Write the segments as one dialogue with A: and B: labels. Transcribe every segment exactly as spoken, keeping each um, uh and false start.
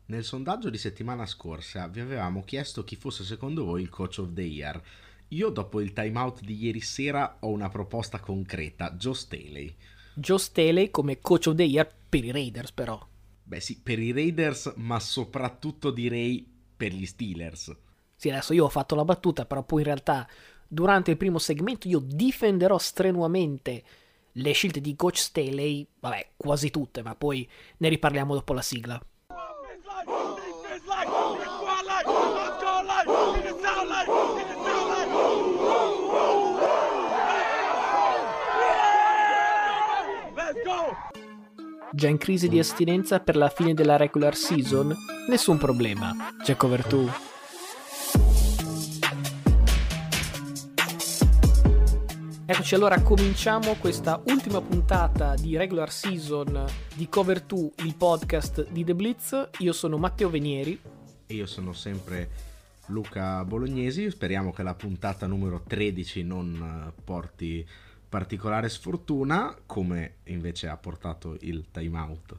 A: Nel sondaggio di settimana scorsa vi avevamo chiesto chi fosse secondo voi il coach of the year. Io dopo il timeout di ieri sera ho una proposta concreta, Joe Staley.
B: Joe Staley come coach of the year per i Raiders, però.
A: Beh sì, per i Raiders, ma soprattutto direi per gli Steelers.
B: Sì, adesso io ho fatto la battuta, però poi in realtà durante il primo segmento io difenderò strenuamente le scelte di coach Staley, vabbè, quasi tutte, ma poi ne riparliamo dopo la sigla. Già in crisi di astinenza per la fine della regular season? Nessun problema, c'è Cover due. Eccoci, allora cominciamo questa ultima puntata di regular season di Cover due, il podcast di The Blitz. Io sono Matteo Venieri.
A: E io sono sempre Luca Bolognesi. Speriamo che la puntata numero tredici non porti particolare sfortuna, come invece ha portato il timeout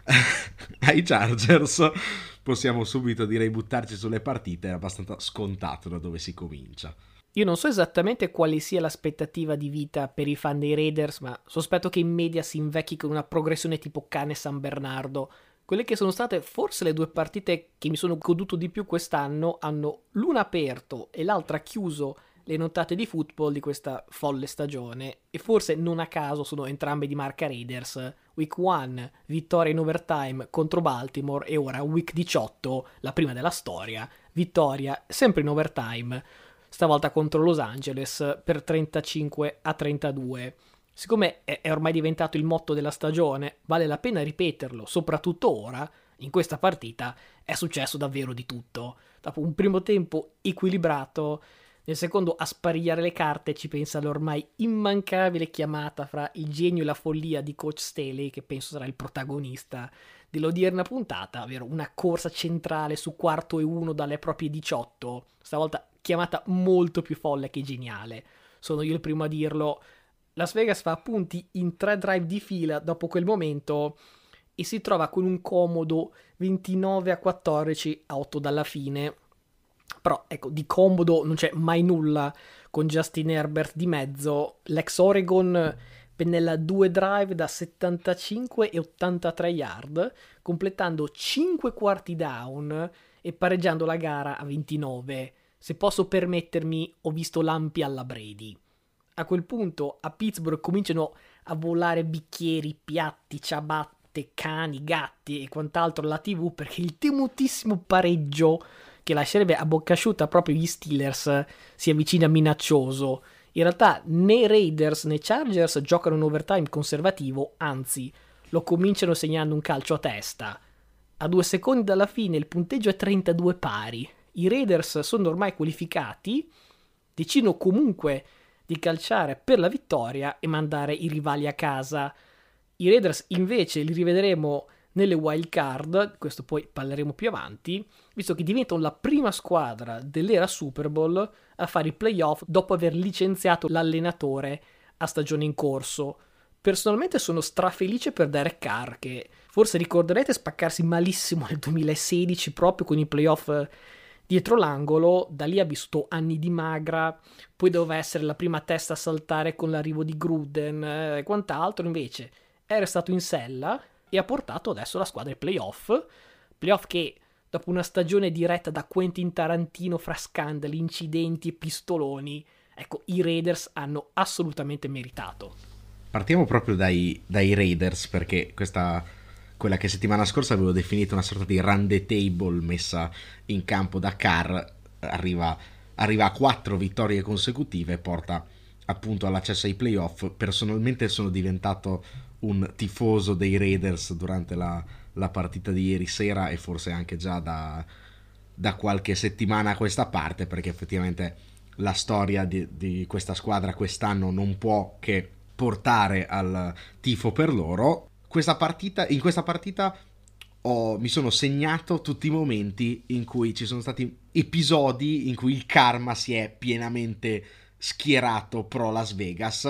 A: ai Chargers. Possiamo subito, direi, buttarci sulle partite, è abbastanza scontato da dove si comincia.
B: Io non so esattamente quale sia l'aspettativa di vita per i fan dei Raiders, ma sospetto che in media si invecchi con una progressione tipo cane San Bernardo. Quelle che sono state forse le due partite che mi sono goduto di più quest'anno hanno l'una aperto e l'altra chiuso le notate di football di questa folle stagione, e forse non a caso sono entrambe di marca Raiders. Week uno, vittoria in overtime contro Baltimore, e ora Week diciotto, la prima della storia, vittoria sempre in overtime, stavolta contro Los Angeles per trentacinque a trentadue. Siccome è ormai diventato il motto della stagione, vale la pena ripeterlo, soprattutto ora. In questa partita è successo davvero di tutto. Dopo un primo tempo equilibrato, nel secondo a sparigliare le carte ci pensa l'ormai immancabile chiamata fra il genio e la follia di coach Staley, che penso sarà il protagonista dell'odierna puntata, ovvero una corsa centrale su quarto e uno dalle proprie diciotto, stavolta chiamata molto più folle che geniale. Sono io il primo a dirlo. Las Vegas fa punti in tre drive di fila dopo quel momento e si trova con un comodo ventinove a quattordici a otto dalla fine. Però ecco, di comodo non c'è mai nulla con Justin Herbert di mezzo. L'ex Oregon pennella due drive da settantacinque e ottantatré yard, completando cinque quarti down e pareggiando la gara a ventinove. Se posso permettermi, ho visto lampi alla Brady. A quel punto a Pittsburgh cominciano a volare bicchieri, piatti, ciabatte, cani, gatti e quant'altro alla tivù, perché il temutissimo pareggio che lascerebbe a bocca asciutta proprio gli Steelers si avvicina minaccioso. In realtà né i Raiders né i Chargers giocano un overtime conservativo, anzi lo cominciano segnando un calcio a testa. A due secondi dalla fine il punteggio è trentadue pari. I Raiders sono ormai qualificati, decidono comunque di calciare per la vittoria e mandare i rivali a casa. I Raiders invece li rivedremo nelle wild card, questo poi parleremo più avanti, visto che diventano la prima squadra dell'era Super Bowl a fare i playoff dopo aver licenziato l'allenatore a stagione in corso. Personalmente sono strafelice per Derek Carr, che forse ricorderete spaccarsi malissimo nel duemilasedici proprio con i playoff dietro l'angolo. Da lì ha vissuto anni di magra, poi doveva essere la prima testa a saltare con l'arrivo di Gruden e quant'altro. Invece è restato in sella e ha portato adesso la squadra ai playoff, playoff che dopo una stagione diretta da Quentin Tarantino fra scandali, incidenti e pistoloni, ecco, i Raiders hanno assolutamente meritato.
A: Partiamo proprio dai, dai Raiders, perché questa, quella che settimana scorsa avevo definito una sorta di run the table messa in campo da Carr, arriva, arriva a quattro vittorie consecutive e porta appunto all'accesso ai playoff. Personalmente sono diventato un tifoso dei Raiders durante la, la partita di ieri sera, e forse anche già da, da qualche settimana a questa parte, perché effettivamente la storia di, di questa squadra quest'anno non può che portare al tifo per loro. Questa partita, in questa partita ho, mi sono segnato tutti i momenti in cui ci sono stati episodi in cui il karma si è pienamente schierato pro Las Vegas.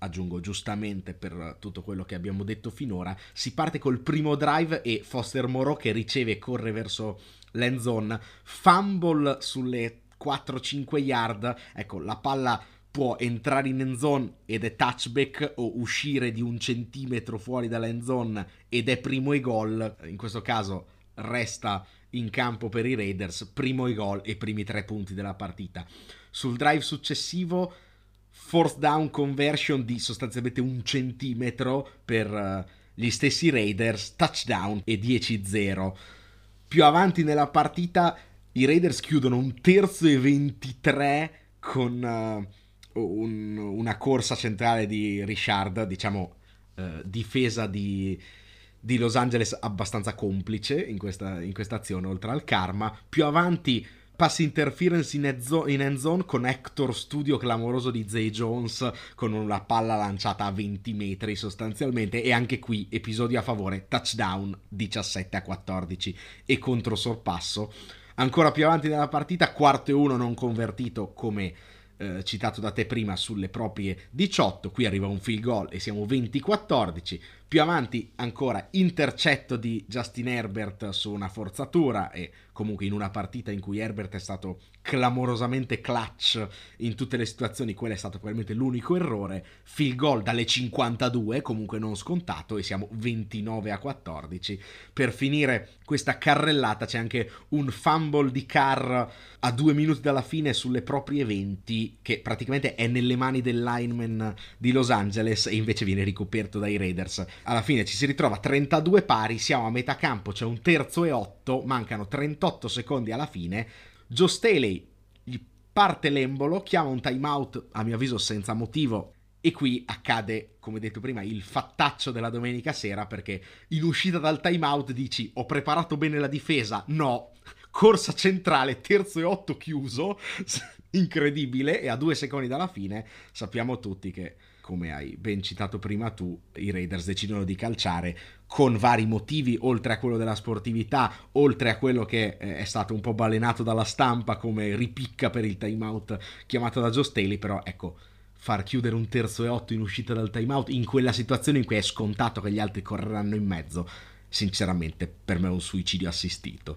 A: aggiungo giustamente per tutto quello che abbiamo detto finora. Si parte col primo drive e Foster Moreau che riceve e corre verso l'end zone, fumble sulle quattro cinque yard, ecco, la palla può entrare in end zone ed è touchback o uscire di un centimetro fuori dall'end zone ed è primo e gol. In questo caso resta in campo per i Raiders, primo e gol e primi tre punti della partita. Sul drive successivo fourth down conversion di sostanzialmente un centimetro per uh, gli stessi Raiders, touchdown e dieci a zero. Più avanti nella partita i Raiders chiudono un terzo e ventitré con uh, un, una corsa centrale di Richard, diciamo uh, difesa di, di Los Angeles abbastanza complice in questa, in questa azione oltre al karma. Più avanti pass interference in end zone con Hector studio clamoroso di Zay Jones con una palla lanciata a venti metri sostanzialmente, e anche qui episodio a favore, touchdown diciassette a quattordici e controsorpasso. Ancora più avanti nella partita, quarto e uno non convertito come eh, citato da te prima sulle proprie diciotto, qui arriva un field goal e siamo venti a quattordici. Più avanti ancora intercetto di Justin Herbert su una forzatura, e comunque in una partita in cui Herbert è stato clamorosamente clutch in tutte le situazioni, quello è stato probabilmente l'unico errore. Field goal dalle cinquantadue, comunque non scontato, e siamo ventinove a quattordici. Per finire questa carrellata c'è anche un fumble di Carr a due minuti dalla fine sulle proprie venti, che praticamente è nelle mani del lineman di Los Angeles e invece viene ricoperto dai Raiders. Alla fine ci si ritrova trentadue pari, siamo a metà campo, c'è un terzo e otto, mancano trentotto secondi alla fine. Joe Staley gli parte l'embolo, chiama un timeout a mio avviso senza motivo, e qui accade, come detto prima, il fattaccio della domenica sera, perché in uscita dal timeout dici ho preparato bene la difesa, no, corsa centrale, terzo e otto chiuso, incredibile, e a due secondi dalla fine sappiamo tutti che, come hai ben citato prima tu, i Raiders decidono di calciare con vari motivi, oltre a quello della sportività, oltre a quello che è stato un po' balenato dalla stampa come ripicca per il timeout chiamato da Joe Staley. Però ecco, far chiudere un terzo e otto in uscita dal timeout in quella situazione in cui è scontato che gli altri correranno in mezzo, sinceramente per me è un suicidio assistito.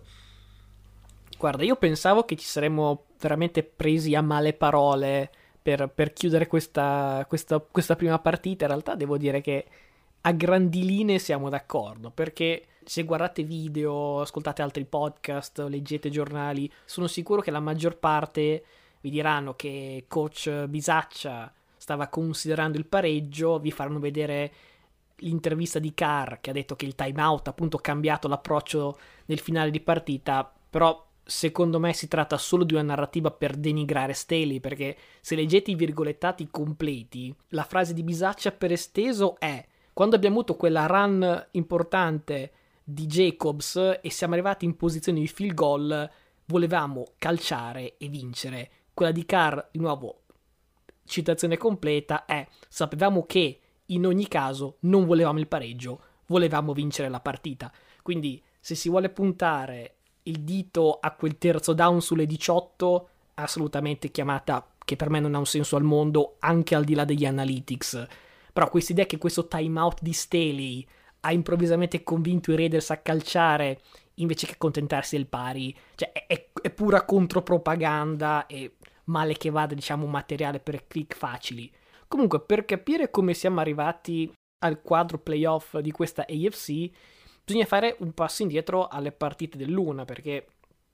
B: Guarda, io pensavo che ci saremmo veramente presi a male parole Per, per chiudere questa, questa, questa prima partita. In realtà devo dire che a grandi linee siamo d'accordo, perché se guardate video, ascoltate altri podcast, leggete giornali, sono sicuro che la maggior parte vi diranno che coach Bisaccia stava considerando il pareggio, vi faranno vedere l'intervista di Carr che ha detto che il timeout ha appunto cambiato l'approccio nel finale di partita, però secondo me si tratta solo di una narrativa per denigrare Staley, perché se leggete i virgolettati completi, la frase di Bisaccia per esteso è: quando abbiamo avuto quella run importante di Jacobs e siamo arrivati in posizione di field goal, volevamo calciare e vincere. Quella di Carr, di nuovo, citazione completa, è: sapevamo che in ogni caso non volevamo il pareggio, volevamo vincere la partita. Quindi se si vuole puntare il dito a quel terzo down sulle diciotto, assolutamente chiamata che per me non ha un senso al mondo, anche al di là degli analytics. Però questa idea che questo timeout di Staley ha improvvisamente convinto i Raiders a calciare invece che accontentarsi del pari, cioè è, è, è pura contropropaganda e male che vada, diciamo, materiale per click facili. Comunque, per capire come siamo arrivati al quadro playoff di questa A F C, bisogna fare un passo indietro alle partite dell'una, perché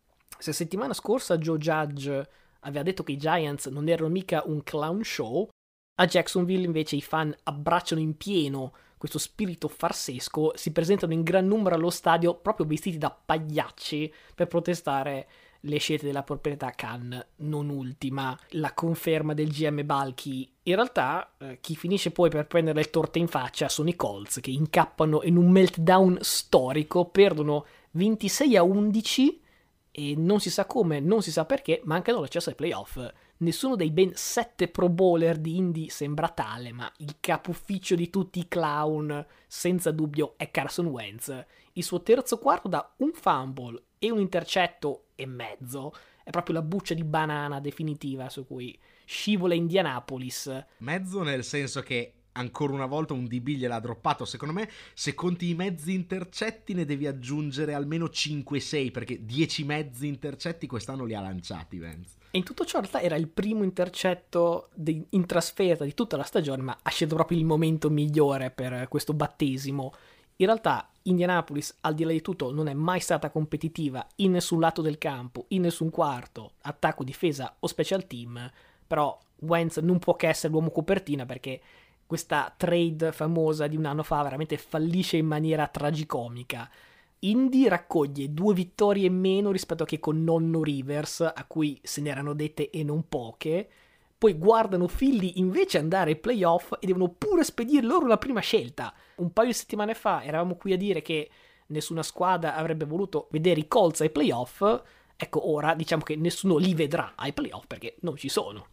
B: se settimana scorsa Joe Judge aveva detto che i Giants non erano mica un clown show, a Jacksonville invece i fan abbracciano in pieno questo spirito farsesco, si presentano in gran numero allo stadio proprio vestiti da pagliacci per protestare le scelte della proprietà Khan, non ultima la conferma del G M Balky. In realtà eh, chi finisce poi per prendere le torte in faccia sono i Colts, che incappano in un meltdown storico, perdono ventisei a undici e non si sa come, non si sa perché, mancano l'accesso ai playoff. Nessuno dei ben sette pro bowler di Indy sembra tale, ma il capo ufficio di tutti i clown senza dubbio è Carson Wentz. Il suo terzo quarto da un fumble e un intercetto e mezzo è proprio la buccia di banana definitiva su cui scivola Indianapolis.
A: Mezzo nel senso che ancora una volta un D B gliel'ha droppato. Secondo me, se conti i mezzi intercetti ne devi aggiungere almeno cinque sei, perché dieci mezzi intercetti quest'anno li ha lanciati Vance.
B: E in tutto ciò in realtà era il primo intercetto di, in trasferta di tutta la stagione, ma ha scelto proprio il momento migliore per questo battesimo. In realtà Indianapolis, al di là di tutto, non è mai stata competitiva in nessun lato del campo, in nessun quarto, attacco, difesa o special team, però Wentz non può che essere l'uomo copertina, perché questa trade famosa di un anno fa veramente fallisce in maniera tragicomica. Indy raccoglie due vittorie in meno rispetto a che con nonno Rivers, a cui se ne erano dette e non poche. Poi guardano Philly invece andare ai playoff e devono pure spedir loro la prima scelta. Un paio di settimane fa eravamo qui a dire che nessuna squadra avrebbe voluto vedere i Colts ai playoff. Ecco, ora diciamo che nessuno li vedrà ai playoff perché non ci sono.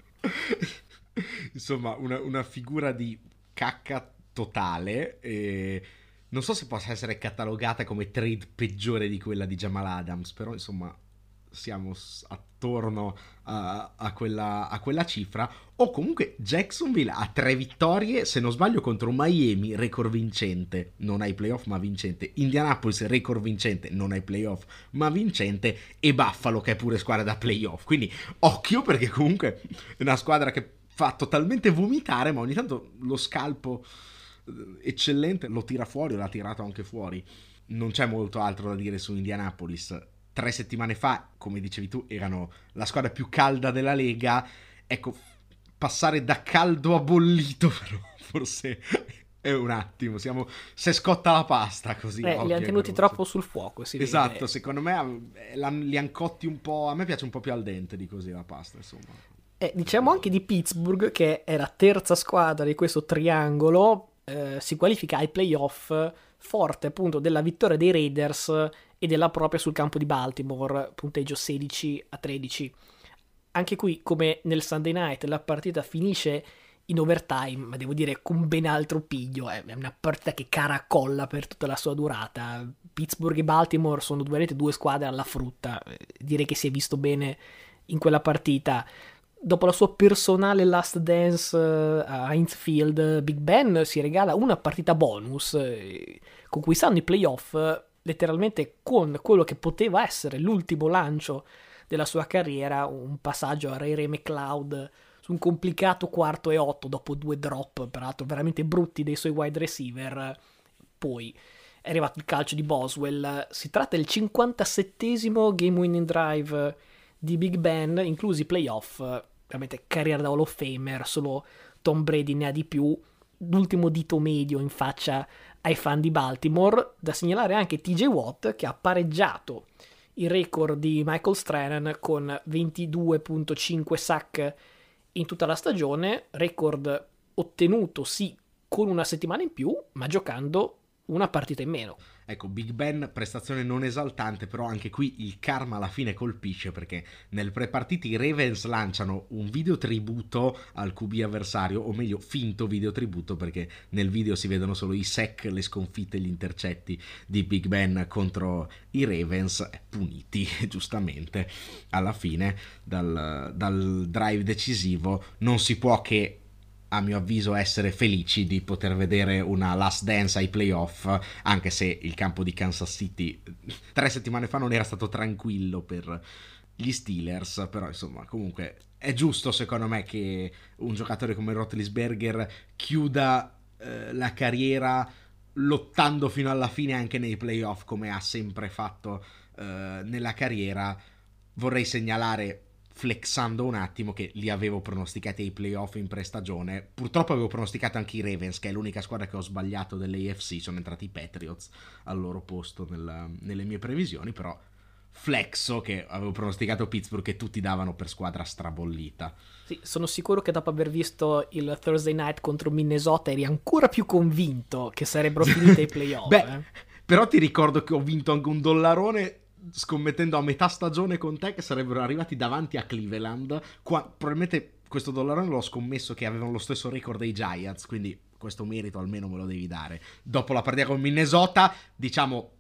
A: Insomma, una, una figura di cacca totale. E non so se possa essere catalogata come trade peggiore di quella di Jamal Adams, però insomma siamo attorno a, a, quella, a quella cifra. O comunque Jacksonville ha tre vittorie, se non sbaglio, contro Miami, record vincente, non ai playoff ma vincente. Indianapolis, record vincente, non ai playoff ma vincente. E Buffalo, che è pure squadra da playoff. Quindi occhio, perché comunque è una squadra che fa totalmente vomitare, ma ogni tanto lo scalpo eccellente lo tira fuori, o l'ha tirato anche fuori. Non c'è molto altro da dire su Indianapolis. Tre settimane fa, come dicevi tu, erano la squadra più calda della Lega. Ecco, passare da caldo a bollito però forse è un attimo, siamo se scotta la pasta così.
B: Eh, li hanno tenuti troppo sul fuoco, si
A: esatto,
B: vede.
A: Secondo me li hanno cotti un po', a me piace un po' più al dente di così la pasta, insomma.
B: Eh, diciamo anche di Pittsburgh, che è la terza squadra di questo triangolo, eh, si qualifica ai playoff forte appunto della vittoria dei Raiders e della propria sul campo di Baltimore, punteggio sedici a tredici. Anche qui, come nel Sunday Night, la partita finisce in overtime, ma devo dire con ben altro piglio. È una partita che caracolla per tutta la sua durata. Pittsburgh e Baltimore sono due, due squadre alla frutta. Direi che si è visto bene in quella partita. Dopo la sua personale last dance a Heinz Field, Big Ben si regala una partita bonus, conquistando i playoff letteralmente con quello che poteva essere l'ultimo lancio della sua carriera, un passaggio a Ray Ray McLeod su un complicato quarto e otto dopo due drop, peraltro veramente brutti, dei suoi wide receiver. Poi è arrivato il calcio di Boswell. Si tratta del cinquantasettesimo game winning drive di Big Ben, inclusi playoff. Veramente carriera da Hall of Famer, solo Tom Brady ne ha di più. L'ultimo dito medio in faccia ai fan di Baltimore. Da segnalare anche T J Watt, che ha pareggiato il record di Michael Strahan con ventidue virgola cinque sack in tutta la stagione, record ottenuto sì con una settimana in più, ma giocando una partita in meno.
A: Ecco, Big Ben, prestazione non esaltante, però anche qui il karma alla fine colpisce, perché nel pre-partita i Ravens lanciano un video tributo al Q B avversario, o meglio finto video tributo, perché nel video si vedono solo i sack, le sconfitte, gli intercetti di Big Ben contro i Ravens, puniti giustamente alla fine dal, dal drive decisivo. Non si può che, a mio avviso, essere felici di poter vedere una last dance ai playoff, anche se il campo di Kansas City tre settimane fa non era stato tranquillo per gli Steelers, però insomma comunque è giusto secondo me che un giocatore come Roethlisberger chiuda eh, la carriera lottando fino alla fine anche nei playoff, come ha sempre fatto eh, nella carriera. Vorrei segnalare, flexando un attimo, che li avevo pronosticati ai playoff in pre-stagione. Purtroppo avevo pronosticato anche i Ravens, che è l'unica squadra che ho sbagliato dell'A F C. Sono entrati i Patriots al loro posto nella, nelle mie previsioni, però flexo che avevo pronosticato Pittsburgh, che tutti davano per squadra strabollita.
B: Sì, sono sicuro che dopo aver visto il Thursday Night contro Minnesota eri ancora più convinto che sarebbero finite i playoff.
A: Beh,
B: eh.
A: però ti ricordo che ho vinto anche un dollarone scommettendo a metà stagione con te che sarebbero arrivati davanti a Cleveland. Qua, probabilmente questo dollarone l'ho scommesso che avevano lo stesso record dei Giants, quindi questo merito almeno me lo devi dare. Dopo la partita con Minnesota, diciamo,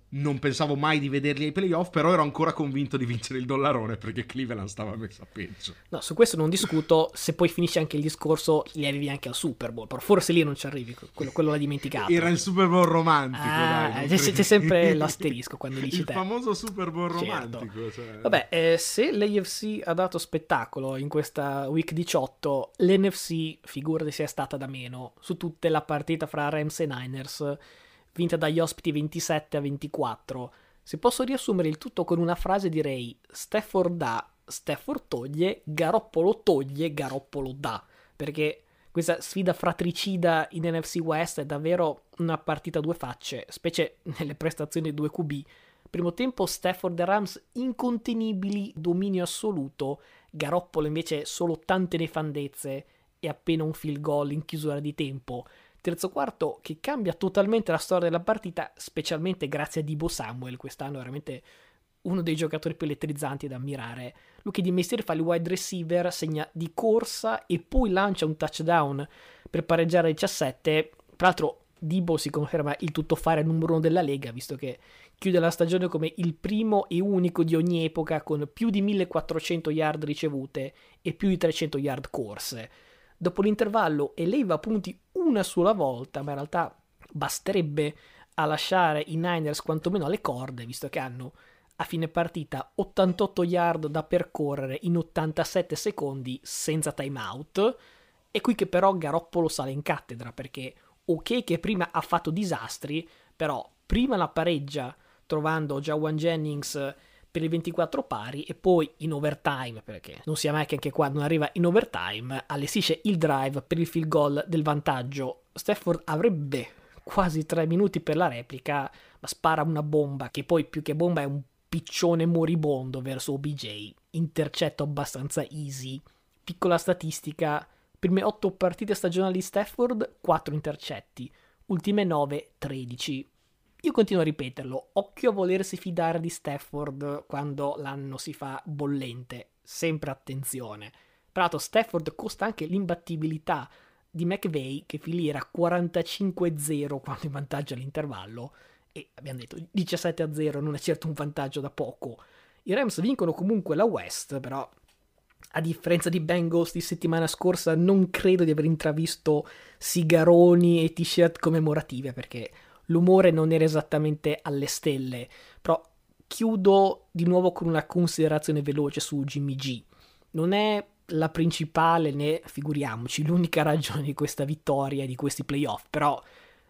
A: non pensavo mai di vederli ai playoff, però ero ancora convinto di vincere il dollarone perché Cleveland stava messa peggio.
B: No, su questo non discuto, se poi finisce anche il discorso li arrivi anche al Super Bowl, però forse lì non ci arrivi, quello, quello l'ha dimenticato.
A: Era il Super Bowl romantico,
B: ah,
A: dai.
B: C'è, c'è sempre l'asterisco quando dici
A: il
B: te.
A: Il famoso Super Bowl
B: certo.
A: romantico. Cioè...
B: Vabbè, eh, se l'A F C ha dato spettacolo in questa Week diciotto, l'N F C, figurati se è stata da meno, su tutta la partita fra Rams e Niners, vinta dagli ospiti ventisette a ventiquattro. Se posso riassumere il tutto con una frase direi Stafford dà, Stafford toglie, Garoppolo toglie, Garoppolo dà, perché questa sfida fratricida in N F C West è davvero una partita a due facce, specie nelle prestazioni dei due Q B. Primo tempo Stafford e Rams incontenibili, dominio assoluto, Garoppolo invece solo tante nefandezze e appena un field goal in chiusura di tempo. Terzo quarto che cambia totalmente la storia della partita, specialmente grazie a Deebo Samuel, quest'anno è veramente uno dei giocatori più elettrizzanti da ammirare. Lui che di mestiere fa il wide receiver, segna di corsa e poi lancia un touchdown per pareggiare a diciassette. Tra l'altro Deebo si conferma il tuttofare numero uno della Lega, visto che chiude la stagione come il primo e unico di ogni epoca con più di millequattrocento yard ricevute e più di trecento yard corse. Dopo l'intervallo eleva punti una sola volta, ma in realtà basterebbe a lasciare i Niners quantomeno alle corde, visto che hanno a fine partita ottantotto yard da percorrere in ottantasette secondi senza timeout. È qui che però Garoppolo sale in cattedra, perché ok che prima ha fatto disastri, però prima la pareggia trovando Jawan Jennings per il ventiquattro pari e poi in overtime, perché non sia mai che anche qua non arriva in overtime, allestisce il drive per il field goal del vantaggio. Stafford avrebbe quasi tre minuti per la replica, ma spara una bomba che poi più che bomba è un piccione moribondo verso O B J, intercetto abbastanza easy. Piccola statistica: prime otto partite stagionali di Stafford, quattro intercetti, ultime nove, tredici. Io continuo a ripeterlo, occhio a volersi fidare di Stafford quando l'anno si fa bollente, sempre attenzione. Tra l'altro Stafford costa anche l'imbattibilità di McVay, che filiera quarantacinque a zero quando in vantaggio all'intervallo, e abbiamo detto diciassette a zero non è certo un vantaggio da poco. I Rams vincono comunque la West, però a differenza di Bengals di settimana scorsa non credo di aver intravisto sigaroni e t-shirt commemorative, perché l'umore non era esattamente alle stelle. Però chiudo di nuovo con una considerazione veloce su Jimmy G. Non è la principale, né figuriamoci l'unica ragione di questa vittoria e di questi playoff, però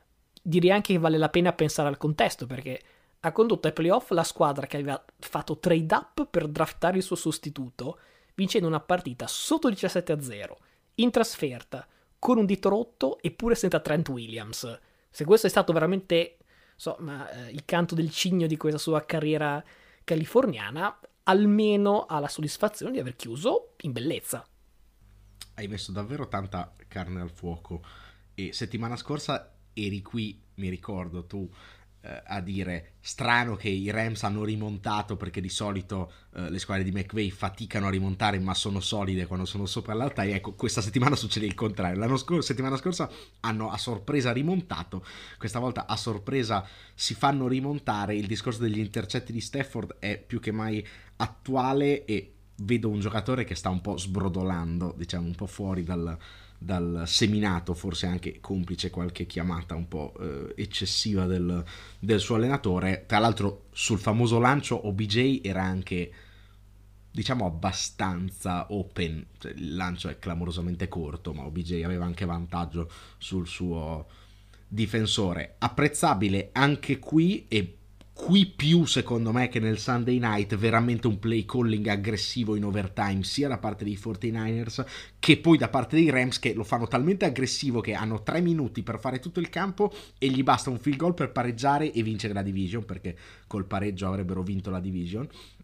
B: direi anche che vale la pena pensare al contesto, perché ha condotto ai playoff la squadra che aveva fatto trade up per draftare il suo sostituto, vincendo una partita sotto diciassette a zero, in trasferta, con un dito rotto eppure senza Trent Williams. Se questo è stato veramente, insomma, eh, il canto del cigno di questa sua carriera californiana, almeno ha la soddisfazione di aver chiuso in bellezza.
A: Hai messo davvero tanta carne al fuoco, e settimana scorsa eri qui, mi ricordo, tu eh, a dire strano che i Rams hanno rimontato, perché di solito eh, le squadre di McVay faticano a rimontare ma sono solide quando sono sopra l'alta, e ecco, questa settimana succede il contrario. L'anno scorso, settimana scorsa hanno a sorpresa rimontato, questa volta a sorpresa si fanno rimontare. Il discorso degli intercetti di Stafford è più che mai attuale, e vedo un giocatore che sta un po' sbrodolando, diciamo un po' fuori dal dal seminato, forse anche complice qualche chiamata un po' eh, eccessiva del, del suo allenatore. Tra l'altro sul famoso lancio O B J era anche, diciamo, abbastanza open, cioè, il lancio è clamorosamente corto, ma O B J aveva anche vantaggio sul suo difensore. Apprezzabile anche qui, e qui più secondo me che nel Sunday Night, veramente un play calling aggressivo in overtime sia da parte dei quarantanovers che poi da parte dei Rams, che lo fanno talmente aggressivo che hanno tre minuti per fare tutto il campo e gli basta un field goal per pareggiare e vincere la division, perché col pareggio avrebbero vinto la division,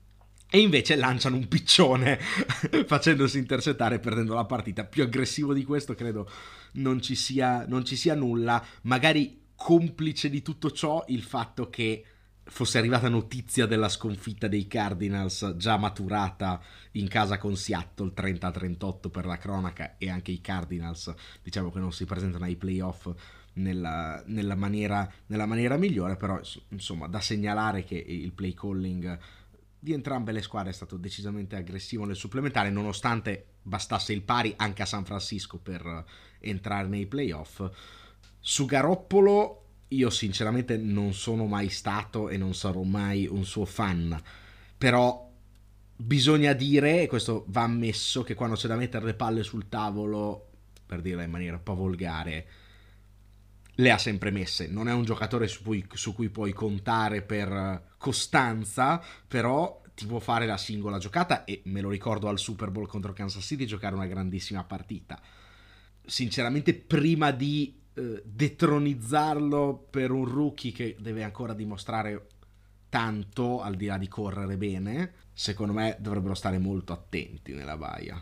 A: e invece lanciano un piccione facendosi intercettare e perdendo la partita. Più aggressivo di questo credo non ci sia, non ci sia nulla. Magari complice di tutto ciò il fatto che fosse arrivata notizia della sconfitta dei Cardinals già maturata in casa con Seattle, trenta a trentotto per la cronaca, e anche i Cardinals diciamo che non si presentano ai playoff nella, nella, maniera, nella maniera migliore, però insomma da segnalare che il play calling di entrambe le squadre è stato decisamente aggressivo nel supplementare, nonostante bastasse il pari anche a San Francisco per entrare nei playoff. Su Garoppolo io sinceramente non sono mai stato e non sarò mai un suo fan, però bisogna dire, e questo va ammesso, che quando c'è da mettere le palle sul tavolo, per dirla in maniera un po' volgare, le ha sempre messe. Non è un giocatore su cui, su cui puoi contare per costanza, però ti può fare la singola giocata, e me lo ricordo al Super Bowl contro Kansas City giocare una grandissima partita. Sinceramente, prima di eh, detronizzarlo per un rookie che deve ancora dimostrare tanto, al di là di correre bene, secondo me dovrebbero stare molto attenti nella baia.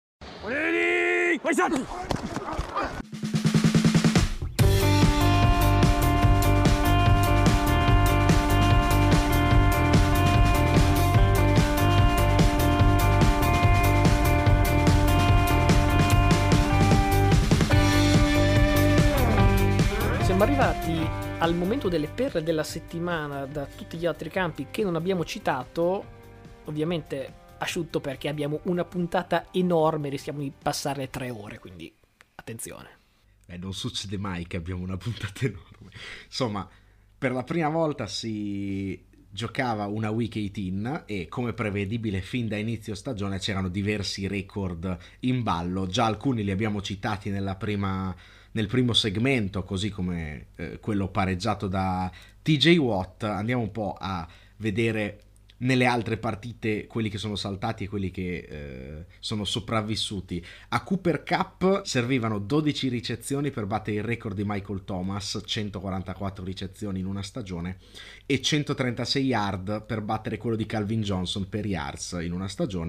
B: Siamo arrivati al momento delle perle della settimana da tutti gli altri campi che non abbiamo citato, ovviamente asciutto perché abbiamo una puntata enorme, rischiamo di passare tre ore, quindi attenzione.
A: Eh, non succede mai che abbiamo una puntata enorme. Insomma, per la prima volta si giocava una Week diciotto e, come prevedibile fin da inizio stagione, c'erano diversi record in ballo. Già alcuni li abbiamo citati nella prima, nel primo segmento, così come eh, quello pareggiato da T J Watt. Andiamo un po' a vedere nelle altre partite quelli che sono saltati e quelli che eh, sono sopravvissuti. A Cooper Cup servivano dodici ricezioni per battere il record di Michael Thomas, centoquarantaquattro ricezioni in una stagione, e centotrentasei yard per battere quello di Calvin Johnson per yards in una stagione,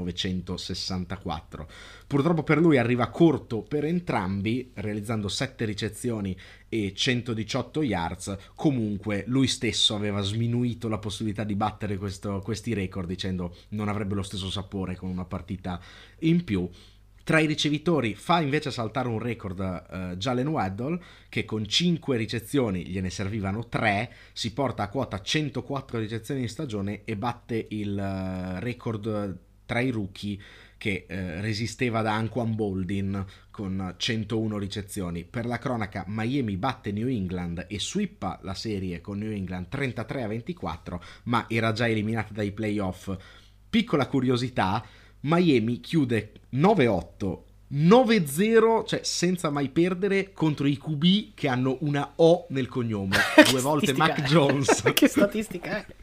A: millenovecentosessantaquattro. Purtroppo per lui arriva corto per entrambi, realizzando sette ricezioni e centodiciotto yards. Comunque lui stesso aveva sminuito la possibilità di battere questo, questi record, dicendo non avrebbe lo stesso sapore con una partita in più. Tra i ricevitori fa invece saltare un record uh, Jalen Waddle, che con cinque ricezioni, gliene servivano tre, si porta a quota centoquattro ricezioni in stagione e batte il uh, record tra i rookie che eh, resisteva da Anquan Boldin con centouno ricezioni. Per la cronaca, Miami batte New England e swippa la serie con New England trentatré a ventiquattro, ma era già eliminata dai playoff. Piccola curiosità, Miami chiude nove otto, nove zero, cioè senza mai perdere, contro i Q B che hanno una O nel cognome. Due volte Mac Jones.
B: Che statistica è?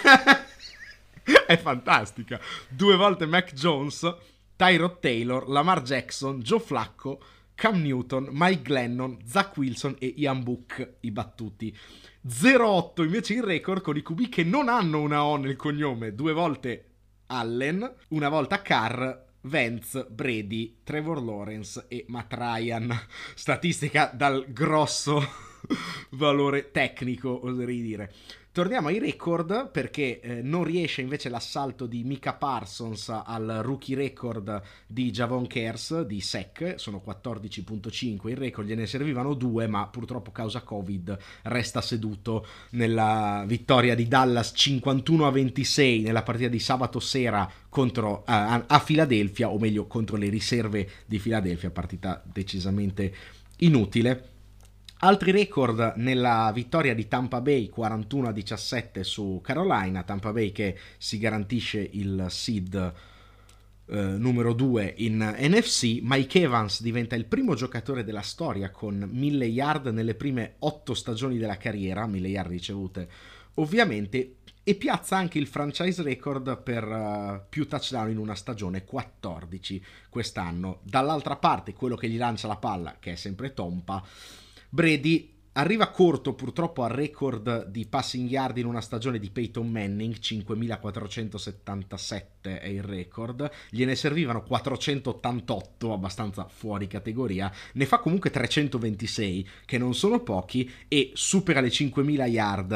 A: È fantastica. Due volte Mac Jones, Tyrod Taylor, Lamar Jackson, Joe Flacco, Cam Newton, Mike Glennon, Zach Wilson e Ian Book, i battuti. zero otto invece il record con i Q B che non hanno una O nel cognome. Due volte Allen, una volta Carr, Vance, Brady, Trevor Lawrence e Matt Ryan. Statistica dal grosso valore tecnico, oserei dire. Torniamo ai record, perché eh, non riesce invece l'assalto di Micah Parsons al rookie record di Javon Kearse di S E C, sono quattordici virgola cinque il record, gliene servivano due, ma purtroppo causa Covid resta seduto nella vittoria di Dallas cinquantuno a ventisei nella partita di sabato sera contro a, a Filadelfia, o meglio contro le riserve di Filadelfia, partita decisamente inutile. Altri record nella vittoria di Tampa Bay quarantuno a diciassette su Carolina, Tampa Bay che si garantisce il seed eh, numero due in N F C. Mike Evans diventa il primo giocatore della storia con mille yard nelle prime otto stagioni della carriera, mille yard ricevute ovviamente, e piazza anche il franchise record per uh, più touchdown in una stagione, quattordici quest'anno. Dall'altra parte quello che gli lancia la palla, che è sempre Tompa, Brady, arriva corto purtroppo al record di passing yard in una stagione di Peyton Manning, cinquemilaquattrocentosettantasette è il record, gliene servivano quattrocentottantotto, abbastanza fuori categoria, ne fa comunque trecentoventisei, che non sono pochi, e supera le cinquemila yard.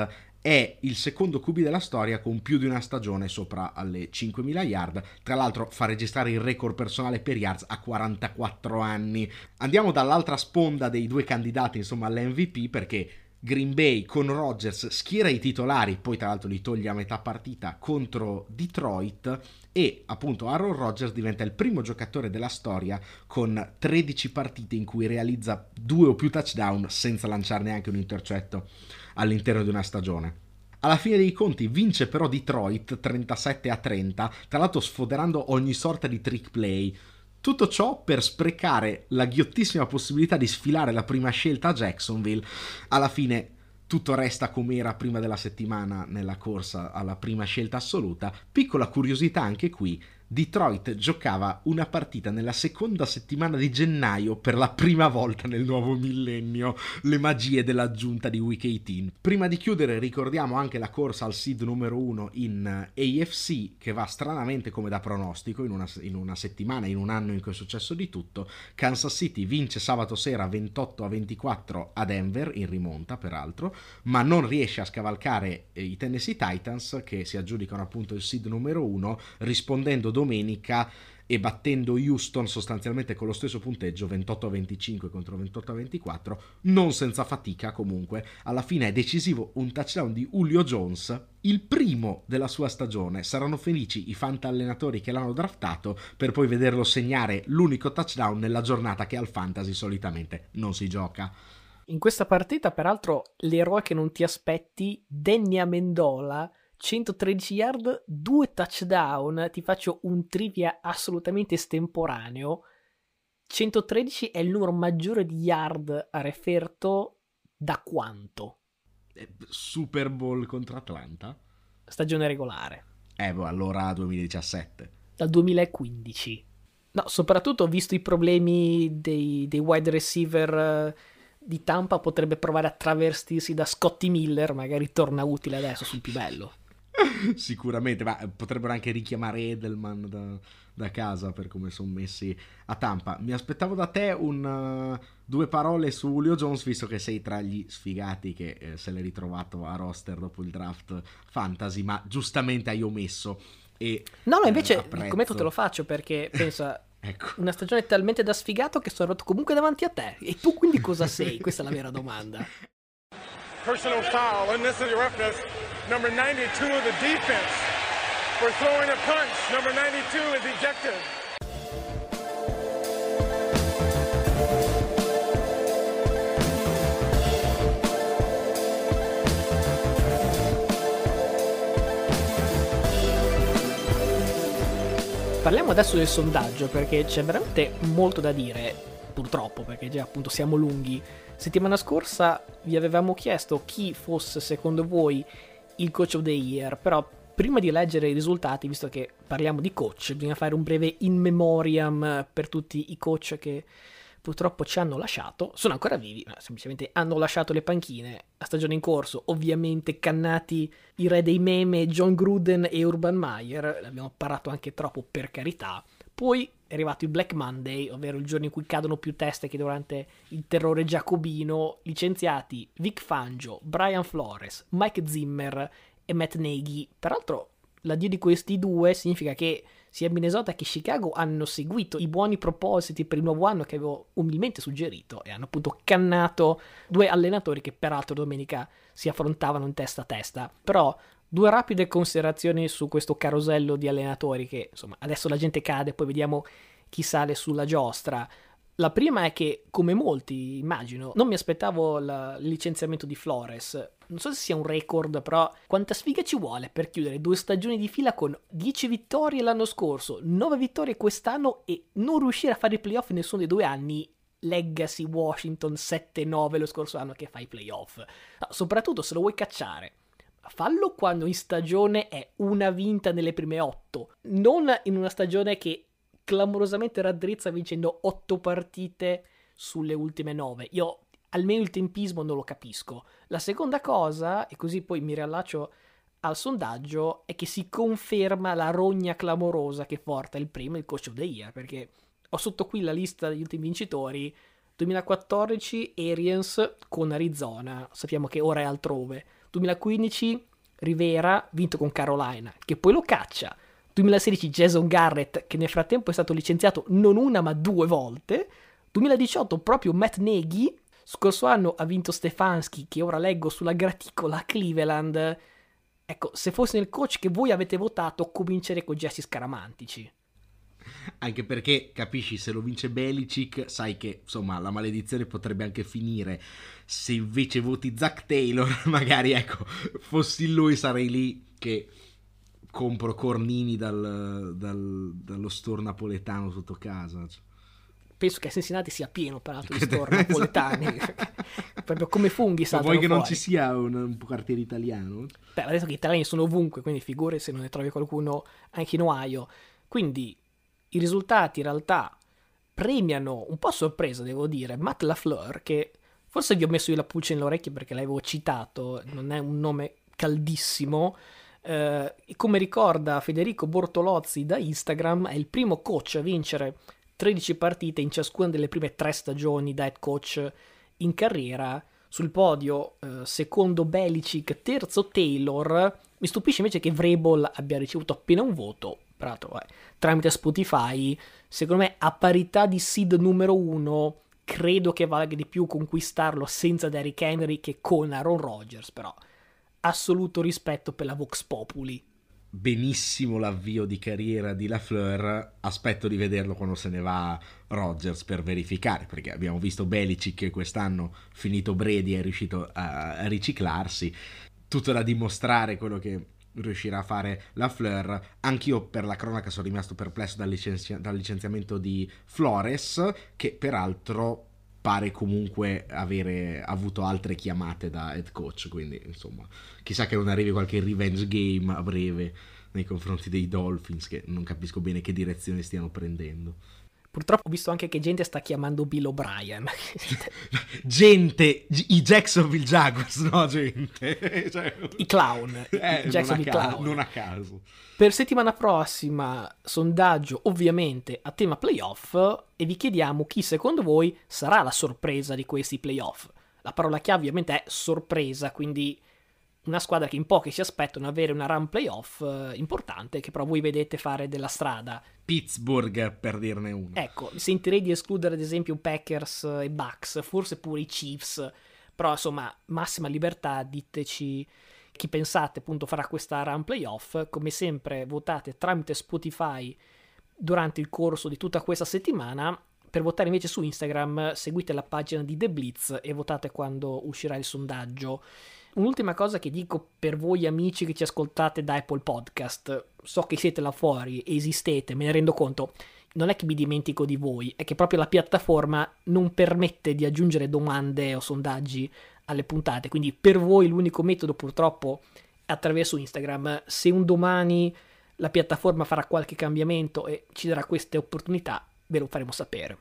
A: è il secondo Q B della storia con più di una stagione sopra alle cinquemila yard. Tra l'altro fa registrare il record personale per yards a quarantaquattro anni. Andiamo dall'altra sponda dei due candidati, insomma, all'M V P, perché Green Bay con Rodgers schiera i titolari, poi tra l'altro li toglie a metà partita contro Detroit, e appunto Aaron Rodgers diventa il primo giocatore della storia con tredici partite in cui realizza due o più touchdown senza lanciare neanche un intercetto all'interno di una stagione. Alla fine dei conti vince però Detroit trentasette a trenta, tra l'altro sfoderando ogni sorta di trick play. Tutto ciò per sprecare la ghiottissima possibilità di sfilare la prima scelta a Jacksonville. Alla fine tutto resta come era prima della settimana nella corsa alla prima scelta assoluta. Piccola curiosità anche qui: Detroit giocava una partita nella seconda settimana di gennaio per la prima volta nel nuovo millennio, le magie dell'aggiunta di Week diciotto. Prima di chiudere ricordiamo anche la corsa al seed numero uno in A F C, che va stranamente come da pronostico in una, in una settimana, in un anno in cui è successo di tutto. Kansas City vince sabato sera ventotto a ventiquattro a Denver, in rimonta peraltro, ma non riesce a scavalcare i Tennessee Titans, che si aggiudicano appunto il seed numero uno, rispondendo domenica e battendo Houston sostanzialmente con lo stesso punteggio, ventotto a venticinque contro ventotto a ventiquattro, non senza fatica. Comunque alla fine è decisivo un touchdown di Julio Jones, il primo della sua stagione. Saranno felici i fantallenatori che l'hanno draftato per poi vederlo segnare l'unico touchdown nella giornata che al fantasy solitamente non si gioca.
B: In questa partita, peraltro, l'eroe che non ti aspetti, Danny Amendola, centotredici yard, due touchdown. Ti faccio un trivia assolutamente estemporaneo. centotredici è il numero maggiore di yard a referto da quanto?
A: Super Bowl contro Atlanta?
B: Stagione regolare.
A: Eh, boh, allora duemiladiciassette.
B: Dal duemilaquindici. No, soprattutto visto i problemi dei, dei wide receiver di Tampa, potrebbe provare a travestirsi da Scotty Miller, magari torna utile adesso sul più bello.
A: Sicuramente, ma potrebbero anche richiamare Edelman da, da casa per come sono messi a Tampa. Mi aspettavo da te un, uh, due parole su Julio Jones, visto che sei tra gli sfigati che eh, se l'è ritrovato a roster dopo il draft fantasy, ma giustamente hai omesso. E,
B: no, no, invece
A: eh,
B: il commento te lo faccio perché pensa...
A: Ecco.
B: Una stagione talmente da sfigato che sono arrivato comunque davanti a te. E tu quindi cosa sei? Questa è la vera domanda.
C: Personal foul, unnecessary roughness, number ninety-two of the defense for throwing a punch. Number ninety-two is ejected.
B: Parliamo adesso del sondaggio, perché c'è veramente molto da dire, purtroppo, perché già appunto siamo lunghi. Settimana scorsa vi avevamo chiesto chi fosse secondo voi il coach of the year, però prima di leggere i risultati, visto che parliamo di coach, bisogna fare un breve in memoriam per tutti i coach che purtroppo ci hanno lasciato. Sono ancora vivi, ma semplicemente hanno lasciato le panchine a stagione in corso. Ovviamente cannati i re dei meme John Gruden e Urban Meyer, l'abbiamo parlato anche troppo, per carità. Poi è arrivato il Black Monday, ovvero il giorno in cui cadono più teste che durante il terrore giacobino. Licenziati Vic Fangio, Brian Flores, Mike Zimmer e Matt Nagy. Peraltro l'addio di questi due significa che sia Minnesota che Chicago hanno seguito i buoni propositi per il nuovo anno che avevo umilmente suggerito e hanno appunto cannato due allenatori che peraltro domenica si affrontavano in testa a testa. Però due rapide considerazioni su questo carosello di allenatori che insomma adesso la gente cade, poi vediamo chi sale sulla giostra. La prima è che, come molti immagino, non mi aspettavo il licenziamento di Flores. Non so se sia un record, però quanta sfiga ci vuole per chiudere due stagioni di fila con dieci vittorie l'anno scorso, nove vittorie quest'anno e non riuscire a fare i playoff in nessuno dei due anni. Legacy Washington sette nove lo scorso anno che fa i playoff. No, soprattutto se lo vuoi cacciare, fallo quando in stagione è una vinta nelle prime otto, non in una stagione che clamorosamente raddrizza vincendo otto partite sulle ultime nove. Io almeno il tempismo non lo capisco. La seconda cosa, e così poi mi riallaccio al sondaggio, è che si conferma la rogna clamorosa che porta il primo, il coach of the year, perché ho sotto qui la lista degli ultimi vincitori. duemilaquattordici Arians con Arizona, sappiamo che ora è altrove. duemilaquindici Rivera, vinto con Carolina, che poi lo caccia. duemilasedici Jason Garrett, che nel frattempo è stato licenziato non una ma due volte. duemiladiciotto proprio Matt Nagy. Scorso anno ha vinto Stefanski, che ora leggo sulla graticola a Cleveland. Ecco, se fosse il coach che voi avete votato, comincerei con gesti scaramantici.
A: Anche perché, capisci, se lo vince Belichick, sai che, insomma, la maledizione potrebbe anche finire. Se invece voti Zach Taylor, magari, ecco, fossi lui sarei lì che compro cornini dal, dal, dallo store napoletano sotto casa.
B: Penso che a Cincinnati sia pieno, peraltro, di store napoletani. Proprio come funghi saltano
A: vuoi che
B: fuori.
A: Non ci sia un, un quartiere italiano?
B: Beh, adesso che gli italiani sono ovunque, quindi figure se non ne trovi qualcuno anche in Ohio. Quindi i risultati in realtà premiano, un po' a sorpresa devo dire, Matt LaFleur, che forse vi ho messo io la pulce nelle orecchie perché l'avevo citato, non è un nome caldissimo. Eh, come ricorda Federico Bortolozzi da Instagram, è il primo coach a vincere tredici partite in ciascuna delle prime tre stagioni da head coach in carriera. Sul podio, eh, secondo Belichick, terzo Taylor. Mi stupisce invece che Vrabel abbia ricevuto appena un voto, peraltro vabbè, tramite Spotify. Secondo me, a parità di seed numero uno, credo che valga di più conquistarlo senza Derrick Henry che con Aaron Rodgers, però assoluto rispetto per la Vox Populi.
A: Benissimo l'avvio di carriera di LaFleur, aspetto di vederlo quando se ne va Rodgers per verificare, perché abbiamo visto Belichick quest'anno, finito Brady, è riuscito a, a riciclarsi. Tutto da dimostrare quello che riuscirà a fare LaFleur. Anch'io per la cronaca sono rimasto perplesso dal, licenzi- dal licenziamento di Flores, che peraltro pare comunque avere avuto altre chiamate da head coach, quindi insomma chissà che non arrivi qualche revenge game a breve nei confronti dei Dolphins, che non capisco bene che direzione stiano prendendo.
B: Purtroppo ho visto anche che gente sta chiamando Bill O'Brien.
A: gente, i Jacksonville Jaguars, no gente? Cioè,
B: I clown,
A: eh,
B: i Jacksonville
A: non a,
B: clown.
A: Non a caso.
B: Per settimana prossima, sondaggio ovviamente a tema playoff, e vi chiediamo chi secondo voi sarà la sorpresa di questi playoff. La parola chiave ovviamente è sorpresa, quindi una squadra che in pochi si aspettano avere una run playoff eh, importante, che però voi vedete fare della strada.
A: Pittsburgh, per dirne uno.
B: Ecco, sentirei di escludere ad esempio Packers e Bucks, forse pure i Chiefs, però insomma massima libertà, diteci chi pensate appunto farà questa run playoff. Come sempre votate tramite Spotify durante il corso di tutta questa settimana. Per votare invece su Instagram seguite la pagina di The Blitz e votate quando uscirà il sondaggio. Un'ultima cosa che dico per voi amici che ci ascoltate da Apple Podcast, so che siete là fuori, esistete, me ne rendo conto, non è che mi dimentico di voi, è che proprio la piattaforma non permette di aggiungere domande o sondaggi alle puntate, quindi per voi l'unico metodo purtroppo è attraverso Instagram. Se un domani la piattaforma farà qualche cambiamento e ci darà queste opportunità, ve lo faremo sapere.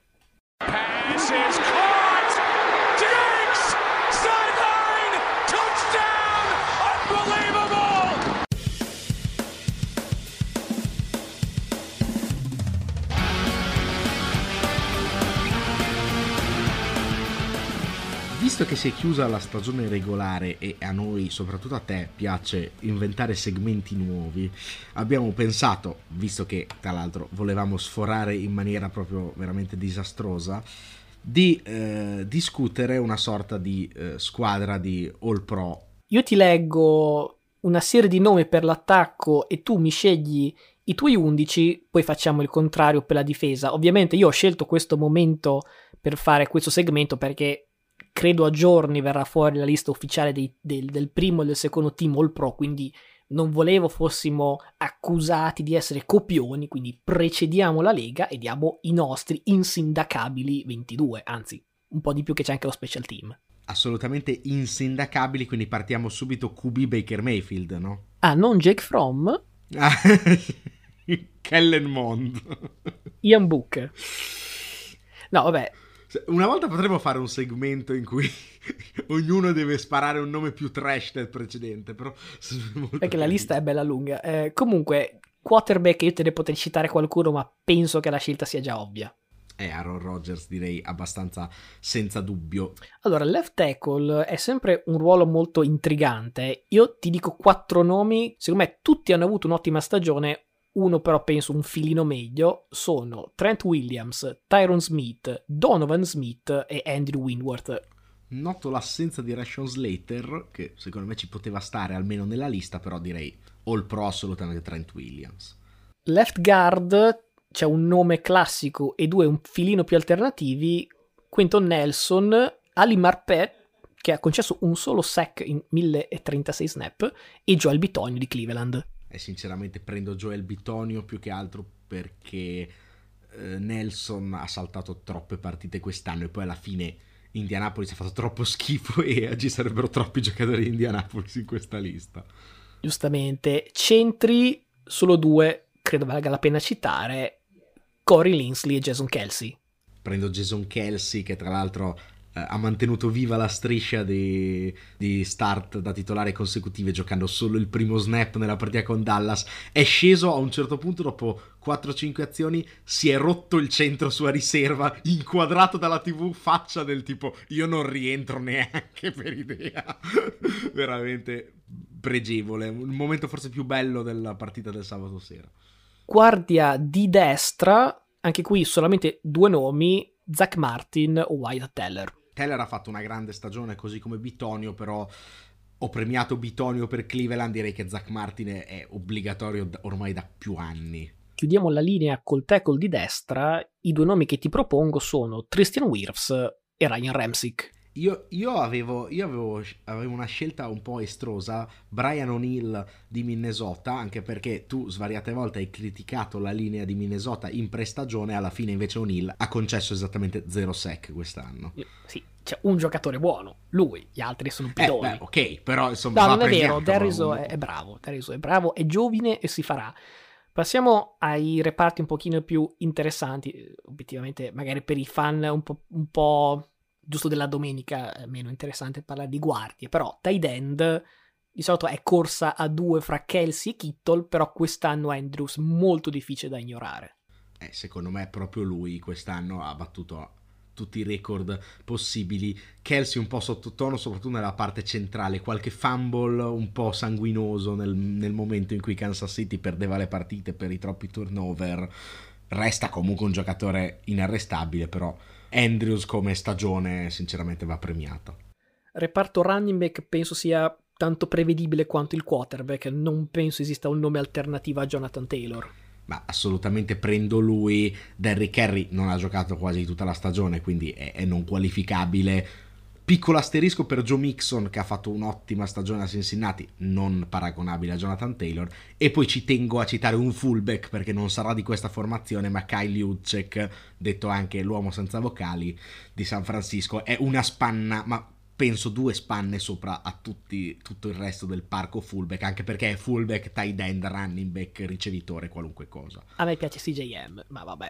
A: Visto che si è chiusa la stagione regolare e a noi, soprattutto a te, piace inventare segmenti nuovi, abbiamo pensato, visto che tra l'altro volevamo sforare in maniera proprio veramente disastrosa, di eh, discutere una sorta di eh, squadra di All Pro.
B: Io ti leggo una serie di nomi per l'attacco e tu mi scegli i tuoi undici, poi facciamo il contrario per la difesa. Ovviamente io ho scelto questo momento per fare questo segmento perché credo a giorni verrà fuori la lista ufficiale dei, del, del primo e del secondo team All Pro, quindi non volevo fossimo accusati di essere copioni, quindi precediamo la Lega e diamo i nostri insindacabili ventidue, anzi un po' di più che c'è anche lo special team.
A: Assolutamente insindacabili, quindi partiamo subito Q B Baker Mayfield, no?
B: Ah, non Jake Fromm?
A: Kellen Mond.
B: Ian Book. No, vabbè.
A: Una volta potremmo fare un segmento in cui ognuno deve sparare un nome più trash del precedente, però
B: perché la lista è bella lunga. Eh, comunque, quarterback, io te ne potrei citare qualcuno, ma penso che la scelta sia già ovvia.
A: Eh, Aaron Rodgers direi abbastanza senza dubbio.
B: Allora, left tackle è sempre un ruolo molto intrigante. Io ti dico quattro nomi, secondo me tutti hanno avuto un'ottima stagione, uno però penso un filino meglio, sono Trent Williams, Tyron Smith, Donovan Smith e Andrew Windworth.
A: Noto l'assenza di Rashawn Slater, che secondo me ci poteva stare almeno nella lista, però direi all pro assolutamente Trent Williams.
B: Left guard c'è un nome classico e due un filino più alternativi, Quentin Nelson, Ali Marpet, che ha concesso un solo sack in mille trentasei snap, e Joel Bitonio di Cleveland.
A: E sinceramente prendo Joel Bitonio più che altro perché eh, Nelson ha saltato troppe partite quest'anno e poi alla fine Indianapolis ha fatto troppo schifo e ci sarebbero troppi giocatori di Indianapolis in questa lista.
B: Giustamente. Centri, solo due, credo valga la pena citare, Corey Linsley e Jason Kelce.
A: Prendo Jason Kelce, che tra l'altro eh, ha mantenuto viva la striscia di, di start da titolare consecutive giocando solo il primo snap nella partita con Dallas. È sceso a un certo punto dopo quattro cinque azioni, si è rotto il centro sua riserva, inquadrato dalla tivù, faccia del tipo io non rientro neanche per idea. Veramente pregevole, un momento forse più bello della partita del sabato sera.
B: Guardia di destra, anche qui solamente due nomi, Zach Martin o Wyatt Teller.
A: Teller ha fatto una grande stagione così come Bitonio, però ho premiato Bitonio per Cleveland, direi che Zach Martin è obbligatorio ormai da più anni.
B: Chiudiamo la linea col tackle di destra, i due nomi che ti propongo sono Tristan Wirfs e Ryan Ramczyk.
A: Io, io, avevo, io avevo, avevo una scelta un po' estrosa, Brian O'Neill di Minnesota, anche perché tu svariate volte hai criticato la linea di Minnesota in prestagione, alla fine invece O'Neill ha concesso esattamente zero sack quest'anno.
B: Sì, c'è un giocatore buono, lui, gli altri sono pedoni.
A: Eh, beh, ok, però insomma...
B: No, non è vero, Darius è, è bravo, Darius è bravo, è giovine e si farà. Passiamo ai reparti un pochino più interessanti, obiettivamente magari per i fan un po'... Un po' giusto della domenica è meno interessante parlare di guardie, però tight end di solito è corsa a due fra Kelce e Kittle, però quest'anno Andrews molto difficile da ignorare.
A: Eh, secondo me proprio lui quest'anno ha battuto tutti i record possibili. Kelce un po' sottotono, soprattutto nella parte centrale, qualche fumble un po' sanguinoso nel, nel momento in cui Kansas City perdeva le partite per i troppi turnover. Resta comunque un giocatore inarrestabile, però Andrews come stagione sinceramente va premiato.
B: Reparto running back penso sia tanto prevedibile quanto il quarterback, non penso esista un nome alternativo a Jonathan Taylor.
A: Ma assolutamente prendo lui. Derrick Henry non ha giocato quasi tutta la stagione, quindi è, è non qualificabile. Piccolo asterisco per Joe Mixon, che ha fatto un'ottima stagione a Cincinnati, non paragonabile a Jonathan Taylor. E poi ci tengo a citare un fullback, perché non sarà di questa formazione, ma Kyle Juszczyk, detto anche l'uomo senza vocali di San Francisco, è una spanna, ma penso due spanne sopra a tutti, tutto il resto del parco fullback, anche perché è fullback, tight end, running back, ricevitore, qualunque cosa.
B: A me piace C J M, ma vabbè.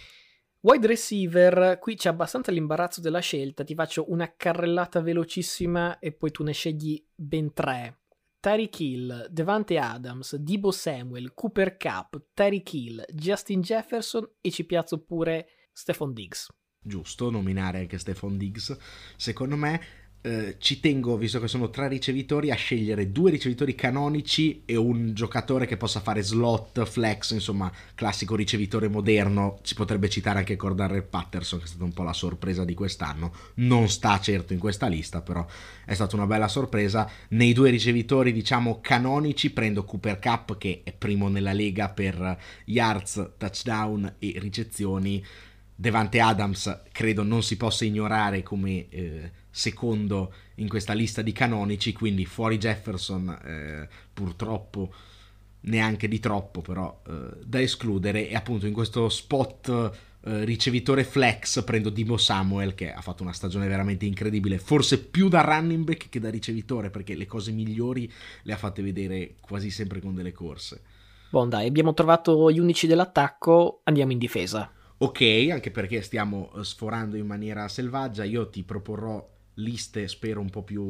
B: Wide receiver, qui c'è abbastanza l'imbarazzo della scelta, ti faccio una carrellata velocissima e poi tu ne scegli ben tre. Tyreek Hill, Devante Adams, Deebo Samuel, Cooper Kupp, Tyreek Hill, Justin Jefferson e ci piazzo pure Stephon Diggs.
A: Giusto nominare anche Stephon Diggs. Secondo me eh, ci tengo, visto che sono tre ricevitori, a scegliere due ricevitori canonici e un giocatore che possa fare slot, flex, insomma classico ricevitore moderno. Si potrebbe citare anche Cordarrelle Patterson, che è stata un po' la sorpresa di quest'anno, non sta certo in questa lista, però è stata una bella sorpresa. Nei due ricevitori diciamo canonici prendo Cooper Kupp, che è primo nella lega per yards, touchdown e ricezioni. Devante Adams credo non si possa ignorare come eh, secondo in questa lista di canonici, quindi fuori Jefferson eh, purtroppo neanche di troppo, però eh, da escludere. E appunto in questo spot eh, ricevitore flex prendo Deebo Samuel, che ha fatto una stagione veramente incredibile, forse più da running back che da ricevitore, perché le cose migliori le ha fatte vedere quasi sempre con delle corse.
B: Buon dai, abbiamo trovato gli unici dell'attacco, andiamo in difesa.
A: Ok, anche perché stiamo sforando in maniera selvaggia, io ti proporrò liste spero un po' più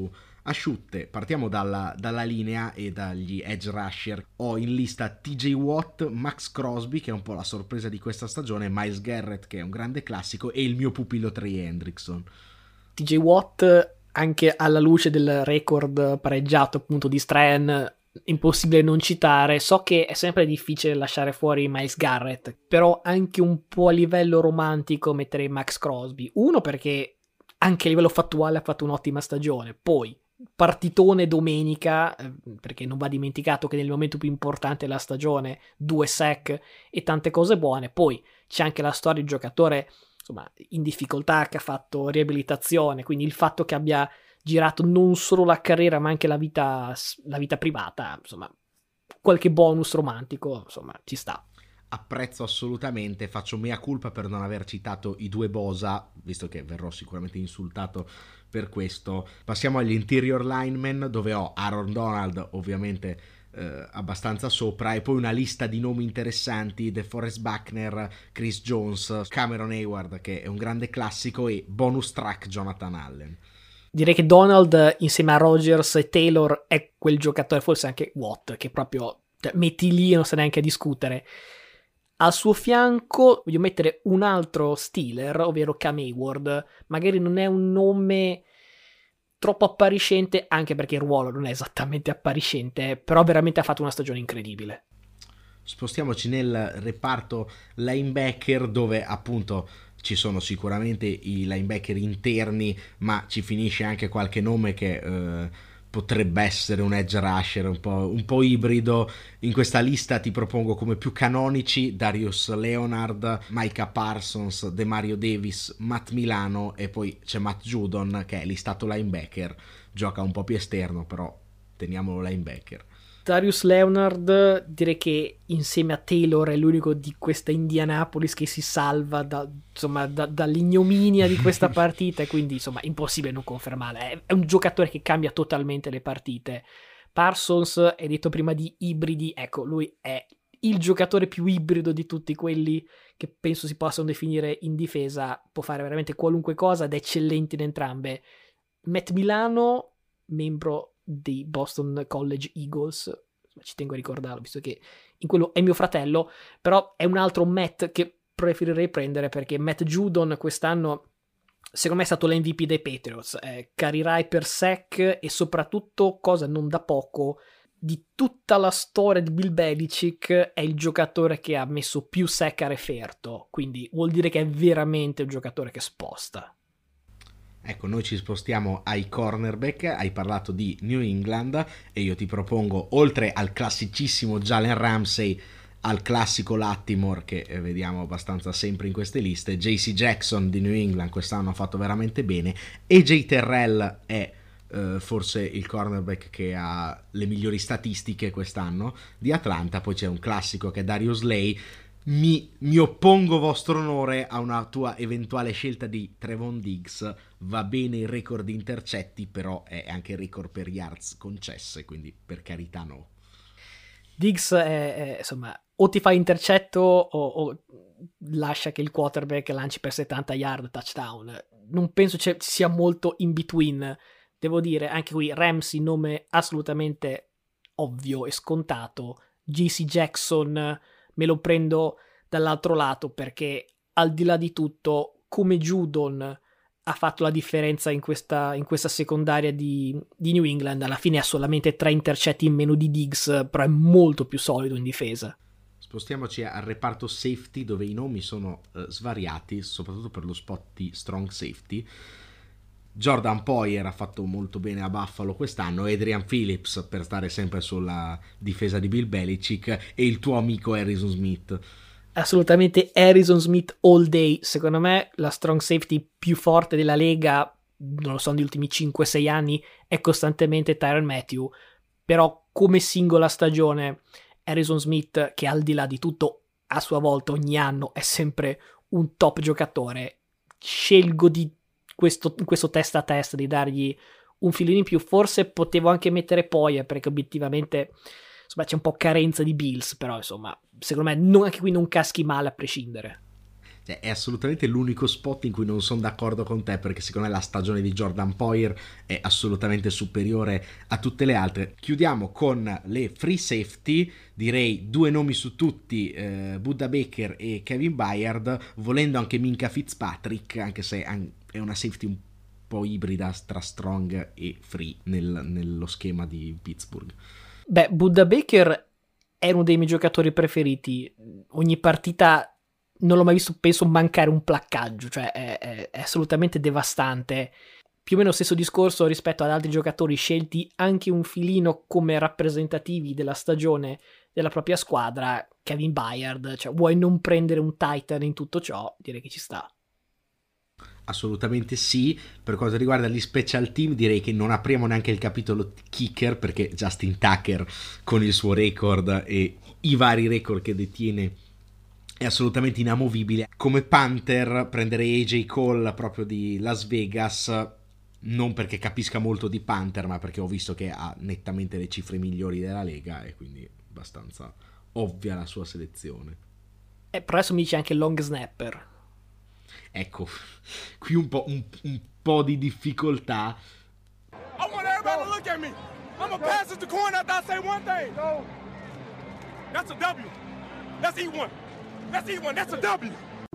A: asciutte. Partiamo dalla, dalla linea e dagli edge rusher. Ho in lista T J Watt, Max Crosby, che è un po' la sorpresa di questa stagione, Myles Garrett, che è un grande classico, e il mio pupillo Trey Hendrickson.
B: T J Watt, anche alla luce del record pareggiato appunto di Strahan, impossibile non citare. So che è sempre difficile lasciare fuori Myles Garrett, però anche un po' a livello romantico metterei Max Crosby. Uno, perché anche a livello fattuale ha fatto un'ottima stagione, poi partitone domenica, eh, perché non va dimenticato che nel momento più importante della stagione due sack e tante cose buone. Poi c'è anche la storia di giocatore insomma in difficoltà, che ha fatto riabilitazione, quindi il fatto che abbia girato non solo la carriera ma anche la vita, la vita privata, insomma qualche bonus romantico insomma ci sta.
A: Apprezzo assolutamente, faccio mea culpa per non aver citato i due Bosa, visto che verrò sicuramente insultato per questo. Passiamo agli interior linemen, dove ho Aaron Donald ovviamente eh, abbastanza sopra, e poi una lista di nomi interessanti: DeForest Buckner, Chris Jones, Cameron Hayward, che è un grande classico, e bonus track Jonathan Allen.
B: Direi che Donald insieme a Rodgers e Taylor è quel giocatore, forse anche Watt, che proprio cioè, metti lì e non sta neanche a discutere. Al suo fianco voglio mettere un altro Steeler, ovvero Cam Hayward. Magari non è un nome troppo appariscente, anche perché il ruolo non è esattamente appariscente, però veramente ha fatto una stagione incredibile.
A: Spostiamoci nel reparto linebacker, dove appunto ci sono sicuramente i linebacker interni, ma ci finisce anche qualche nome che eh, potrebbe essere un edge rusher un po', un po' ibrido. In questa lista ti propongo come più canonici Darius Leonard, Micah Parsons, Demario Davis, Matt Milano, e poi c'è Matt Judon, che è listato linebacker, gioca un po' più esterno, però teniamolo linebacker.
B: Darius Leonard, direi che insieme a Taylor è l'unico di questa Indianapolis che si salva da, insomma, da, dall'ignominia di questa partita, e quindi insomma impossibile non confermare. È, è un giocatore che cambia totalmente le partite. Parsons, hai detto prima di ibridi, ecco, lui è il giocatore più ibrido di tutti quelli che penso si possano definire in difesa, può fare veramente qualunque cosa ed è eccellente in entrambe. Matt Milano, membro dei Boston College Eagles, ci tengo a ricordarlo visto che in quello è mio fratello, però è un altro Matt che preferirei prendere, perché Matt Judon quest'anno secondo me è stato l'M V P dei Patriots, eh, carirai per sack, e soprattutto, cosa non da poco, di tutta la storia di Bill Belichick è il giocatore che ha messo più sack a referto, quindi vuol dire che è veramente un giocatore che sposta.
A: Ecco, noi ci spostiamo ai cornerback. Hai parlato di New England e io ti propongo, oltre al classicissimo Jalen Ramsey, al classico Lattimore, che vediamo abbastanza sempre in queste liste, J C Jackson di New England quest'anno ha fatto veramente bene, e J Terrell è eh, forse il cornerback che ha le migliori statistiche quest'anno di Atlanta. Poi c'è un classico che è Darius Slay. Mi, mi oppongo, vostro onore, a una tua eventuale scelta di Trevon Diggs. Va bene il record di intercetti, però è anche il record per yards concesse, quindi per carità no.
B: Diggs è, è insomma, o ti fa intercetto o, o lascia che il quarterback lanci per settanta yard touchdown. Non penso ci sia molto in between. Devo dire, anche qui Ramsey, nome assolutamente ovvio e scontato. J C Jackson me lo prendo dall'altro lato, perché al di là di tutto, come Judon ha fatto la differenza in questa, in questa secondaria di, di New England, alla fine ha solamente tre intercetti in meno di Diggs, però è molto più solido in difesa.
A: Spostiamoci al reparto safety, dove i nomi sono eh, svariati, soprattutto per lo spot di strong safety. Jordan Poyer ha fatto molto bene a Buffalo quest'anno, Adrian Phillips per stare sempre sulla difesa di Bill Belichick, e il tuo amico Harrison Smith.
B: Assolutamente Harrison Smith all day. Secondo me la strong safety più forte della Lega, non lo so, negli ultimi cinque sei anni è costantemente Tyrann Mathieu, però come singola stagione Harrison Smith, che al di là di tutto a sua volta ogni anno è sempre un top giocatore, scelgo di questo, questo testa a testa di dargli un filino in più. Forse potevo anche mettere Poyer, perché obiettivamente insomma c'è un po' carenza di Bills, però insomma secondo me non, anche qui non caschi male a prescindere.
A: Cioè, è assolutamente l'unico spot in cui non sono d'accordo con te, perché secondo me la stagione di Jordan Poyer è assolutamente superiore a tutte le altre. Chiudiamo con le free safety, direi due nomi su tutti, eh, Budda Baker e Kevin Byard, volendo anche Minka Fitzpatrick, anche se è una safety un po' ibrida tra strong e free nel, nello schema di Pittsburgh.
B: Beh, Budda Baker è uno dei miei giocatori preferiti. Ogni partita non l'ho mai visto, penso, mancare un placcaggio, cioè è, è, è assolutamente devastante. Più o meno stesso discorso rispetto ad altri giocatori scelti anche un filino come rappresentativi della stagione della propria squadra. Kevin Byard, cioè vuoi non prendere un Titan in tutto ciò? Direi che ci sta.
A: Assolutamente sì. Per quanto riguarda gli special team, direi che non apriamo neanche il capitolo kicker, perché Justin Tucker con il suo record e i vari record che detiene è assolutamente inamovibile. Come Panther prenderei A J Cole proprio di Las Vegas, non perché capisca molto di Panther, ma perché ho visto che ha nettamente le cifre migliori della Lega e quindi abbastanza ovvia la sua selezione.
B: E però adesso mi dice anche long snapper.
A: Ecco, qui un po', un, un po' di difficoltà.
C: I want everybody to look at me. I'm gonna pass it to Corn after I say one thing. That's a W. Let's eat one. Let's eat one. That's a W.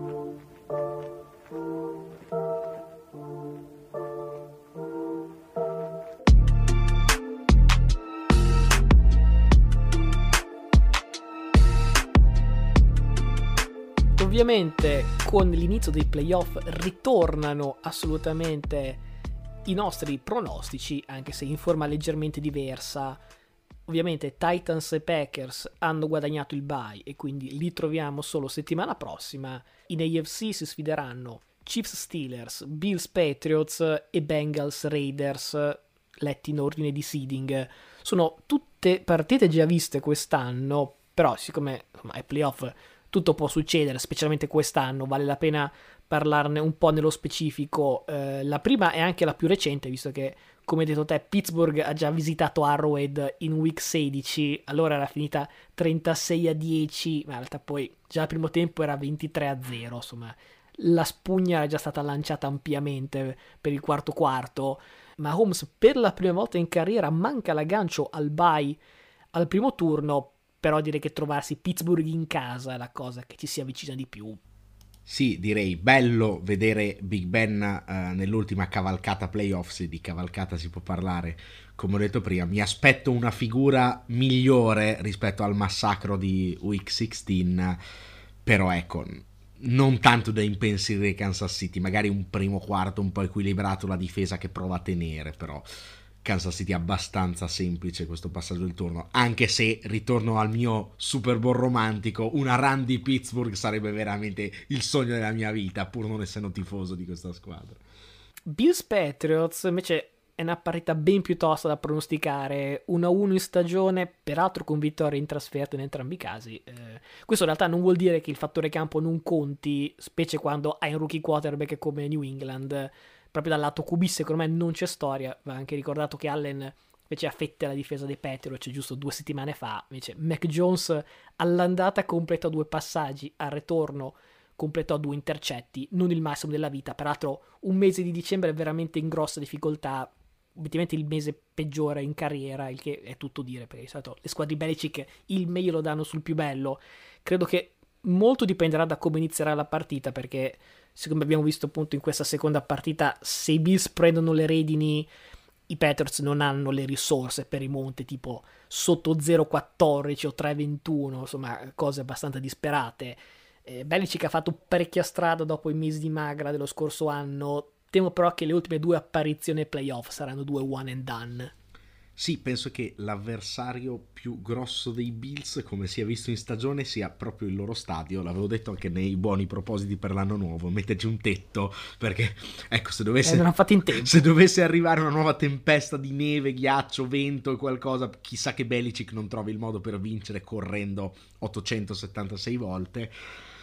B: Ovviamente con l'inizio dei playoff ritornano assolutamente i nostri pronostici, anche se in forma leggermente diversa. Ovviamente Titans e Packers hanno guadagnato il bye e quindi li troviamo solo settimana prossima. In A F C si sfideranno Chiefs Steelers, Bills Patriots e Bengals Raiders, letti in ordine di seeding. Sono tutte partite già viste quest'anno, però siccome insomma, ai playoff tutto può succedere, specialmente quest'anno, vale la pena parlarne un po' nello specifico. Eh, la prima è anche la più recente, visto che, come hai detto te, Pittsburgh ha già visitato Arrowhead in week sedici, allora era finita trentasei a dieci, ma in realtà poi già al primo tempo era ventitré a zero, insomma la spugna era già stata lanciata ampiamente per il quarto quarto. Mahomes per la prima volta in carriera manca l'aggancio al bye al primo turno, però direi che trovarsi Pittsburgh in casa è la cosa che ci si avvicina di più.
A: Sì, direi bello vedere Big Ben eh, nell'ultima cavalcata playoff, se di cavalcata si può parlare, come ho detto prima. Mi aspetto una figura migliore rispetto al massacro di week sedici, però ecco, non tanto da impensierire Kansas City, magari un primo quarto un po' equilibrato, la difesa che prova a tenere, però Kansas City è abbastanza semplice questo passaggio del turno, anche se ritorno al mio Super Bowl romantico, una run di Pittsburgh sarebbe veramente il sogno della mia vita, pur non essendo tifoso di questa squadra.
B: Bills Patriots invece è una partita ben più tosta da pronosticare, uno a uno in stagione, peraltro con vittorie in trasferta in entrambi i casi. Eh, questo in realtà non vuol dire che il fattore campo non conti, specie quando hai un rookie quarterback come New England. Proprio dal lato Q B secondo me non c'è storia. Va anche ricordato che Allen invece affetta la difesa dei Patriots giusto due settimane fa, invece Mac Jones all'andata completò due passaggi, al ritorno completò due intercetti, non il massimo della vita. Peraltro un mese di dicembre è veramente in grossa difficoltà, obiettivamente il mese peggiore in carriera, il che è tutto dire, perché di solito le squadre di Belichick il meglio lo danno sul più bello. Credo che molto dipenderà da come inizierà la partita, perché secondo me abbiamo visto appunto in questa seconda partita, se i Bills prendono le redini i Patriots non hanno le risorse per rimonte tipo sotto zero quattordici o tre ventuno, insomma cose abbastanza disperate. eh, Belichick ha fatto parecchia strada dopo i mesi di magra dello scorso anno, temo però che le ultime due apparizioni ai playoff saranno due one and done.
A: Sì, penso che l'avversario più grosso dei Bills, come si è visto in stagione, sia proprio il loro stadio. L'avevo detto anche nei buoni propositi per l'anno nuovo, metterci un tetto, perché ecco, se dovesse,
B: eh, non ha fatto in tempo.
A: se dovesse arrivare una nuova tempesta di neve, ghiaccio, vento e qualcosa, chissà che Belichick non trovi il modo per vincere correndo ottocentosettantasei volte.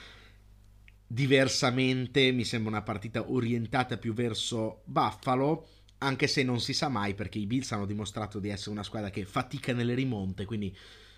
A: Diversamente mi sembra una partita orientata più verso Buffalo, anche se non si sa mai, perché i Bills hanno dimostrato di essere una squadra che fatica nelle rimonte, quindi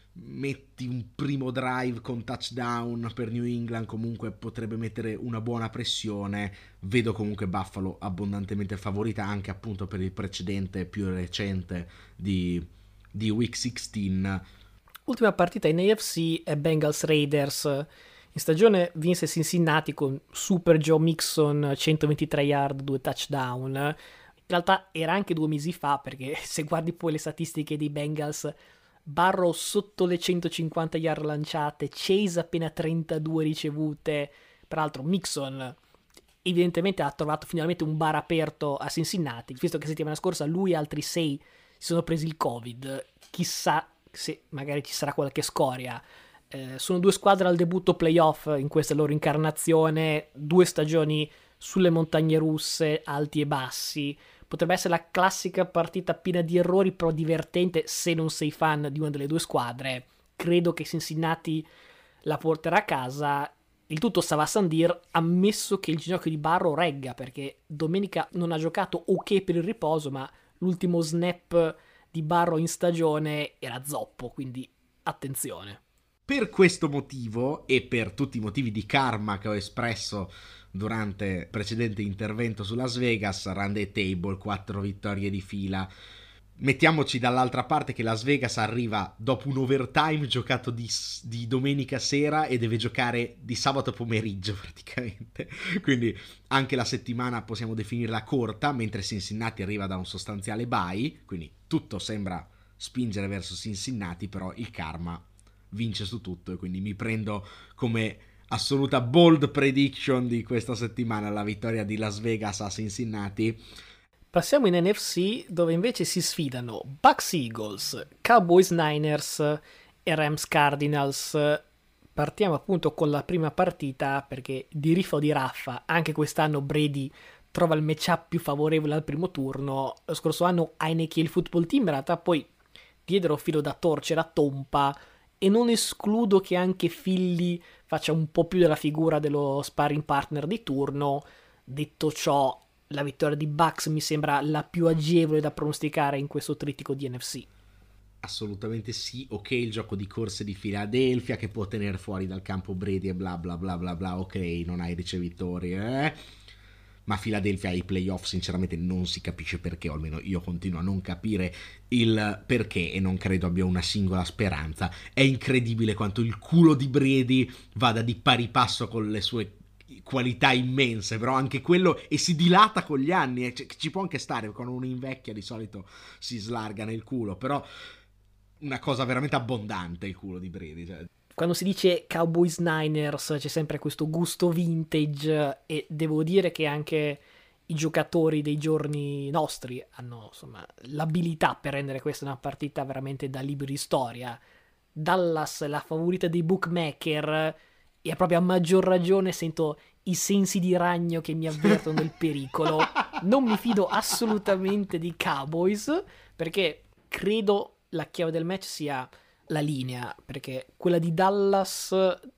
A: metti un primo drive con touchdown per New England, comunque potrebbe mettere una buona pressione. Vedo comunque Buffalo abbondantemente favorita, anche appunto per il precedente più recente di, di Week sedici.
B: Ultima partita in A F C è Bengals Raiders. In stagione vinse Cincinnati con Super Joe Mixon, centoventitré yard, due touchdown. In realtà era anche due mesi fa, perché se guardi poi le statistiche dei Bengals, Burrow sotto le centocinquanta yard lanciate, Chase appena trentadue ricevute. Peraltro Mixon evidentemente ha trovato finalmente un bar aperto a Cincinnati, visto che settimana scorsa lui e altri sei si sono presi il Covid. Chissà se magari ci sarà qualche scoria. Eh, sono due squadre al debutto playoff in questa loro incarnazione, due stagioni sulle montagne russe, alti e bassi. Potrebbe essere la classica partita piena di errori, però divertente se non sei fan di una delle due squadre. Credo che Cincinnati la porterà a casa. Il tutto stava a San Dir, ammesso che il ginocchio di Burrow regga, perché domenica non ha giocato ok per il riposo, ma l'ultimo snap di Burrow in stagione era zoppo, quindi attenzione.
A: Per questo motivo e per tutti i motivi di karma che ho espresso durante il precedente intervento su Las Vegas, Rande Table, quattro vittorie di fila. Mettiamoci dall'altra parte che Las Vegas arriva dopo un overtime giocato di, di domenica sera e deve giocare di sabato pomeriggio praticamente, quindi anche la settimana possiamo definirla corta, mentre Cincinnati arriva da un sostanziale bye, quindi tutto sembra spingere verso Cincinnati, però il karma vince su tutto e quindi mi prendo come assoluta bold prediction di questa settimana la vittoria di Las Vegas a Cincinnati.
B: Passiamo in N F C, dove invece si sfidano Bucks Eagles, Cowboys Niners e Rams Cardinals. Partiamo appunto con la prima partita, perché di riffa o di raffa anche quest'anno Brady trova il matchup più favorevole al primo turno. Lo scorso anno Heineke e il football team in realtà poi diedero filo da torcere a Tompa, e non escludo che anche Philly faccia un po' più della figura dello sparring partner di turno. Detto ciò, la vittoria di Bucks mi sembra la più agevole da pronosticare in questo trittico di N F C.
A: Assolutamente sì, ok, il gioco di corse di Philadelphia che può tenere fuori dal campo Brady e bla bla bla bla bla, ok, non hai ricevitori, eh? Ma Philadelphia ai playoff sinceramente non si capisce perché, o almeno io continuo a non capire il perché e non credo abbia una singola speranza. È incredibile quanto il culo di Brady vada di pari passo con le sue qualità immense, però anche quello, e si dilata con gli anni, e ci può anche stare, quando uno invecchia di solito si slarga nel culo, però una cosa veramente abbondante il culo di Brady, cioè.
B: Quando si dice Cowboys Niners c'è sempre questo gusto vintage, e devo dire che anche i giocatori dei giorni nostri hanno insomma l'abilità per rendere questa una partita veramente da libro di storia. Dallas la favorita dei bookmaker, e proprio a maggior ragione sento i sensi di ragno che mi avvertono del pericolo. Non mi fido assolutamente di Cowboys, perché credo la chiave del match sia la linea, perché quella di Dallas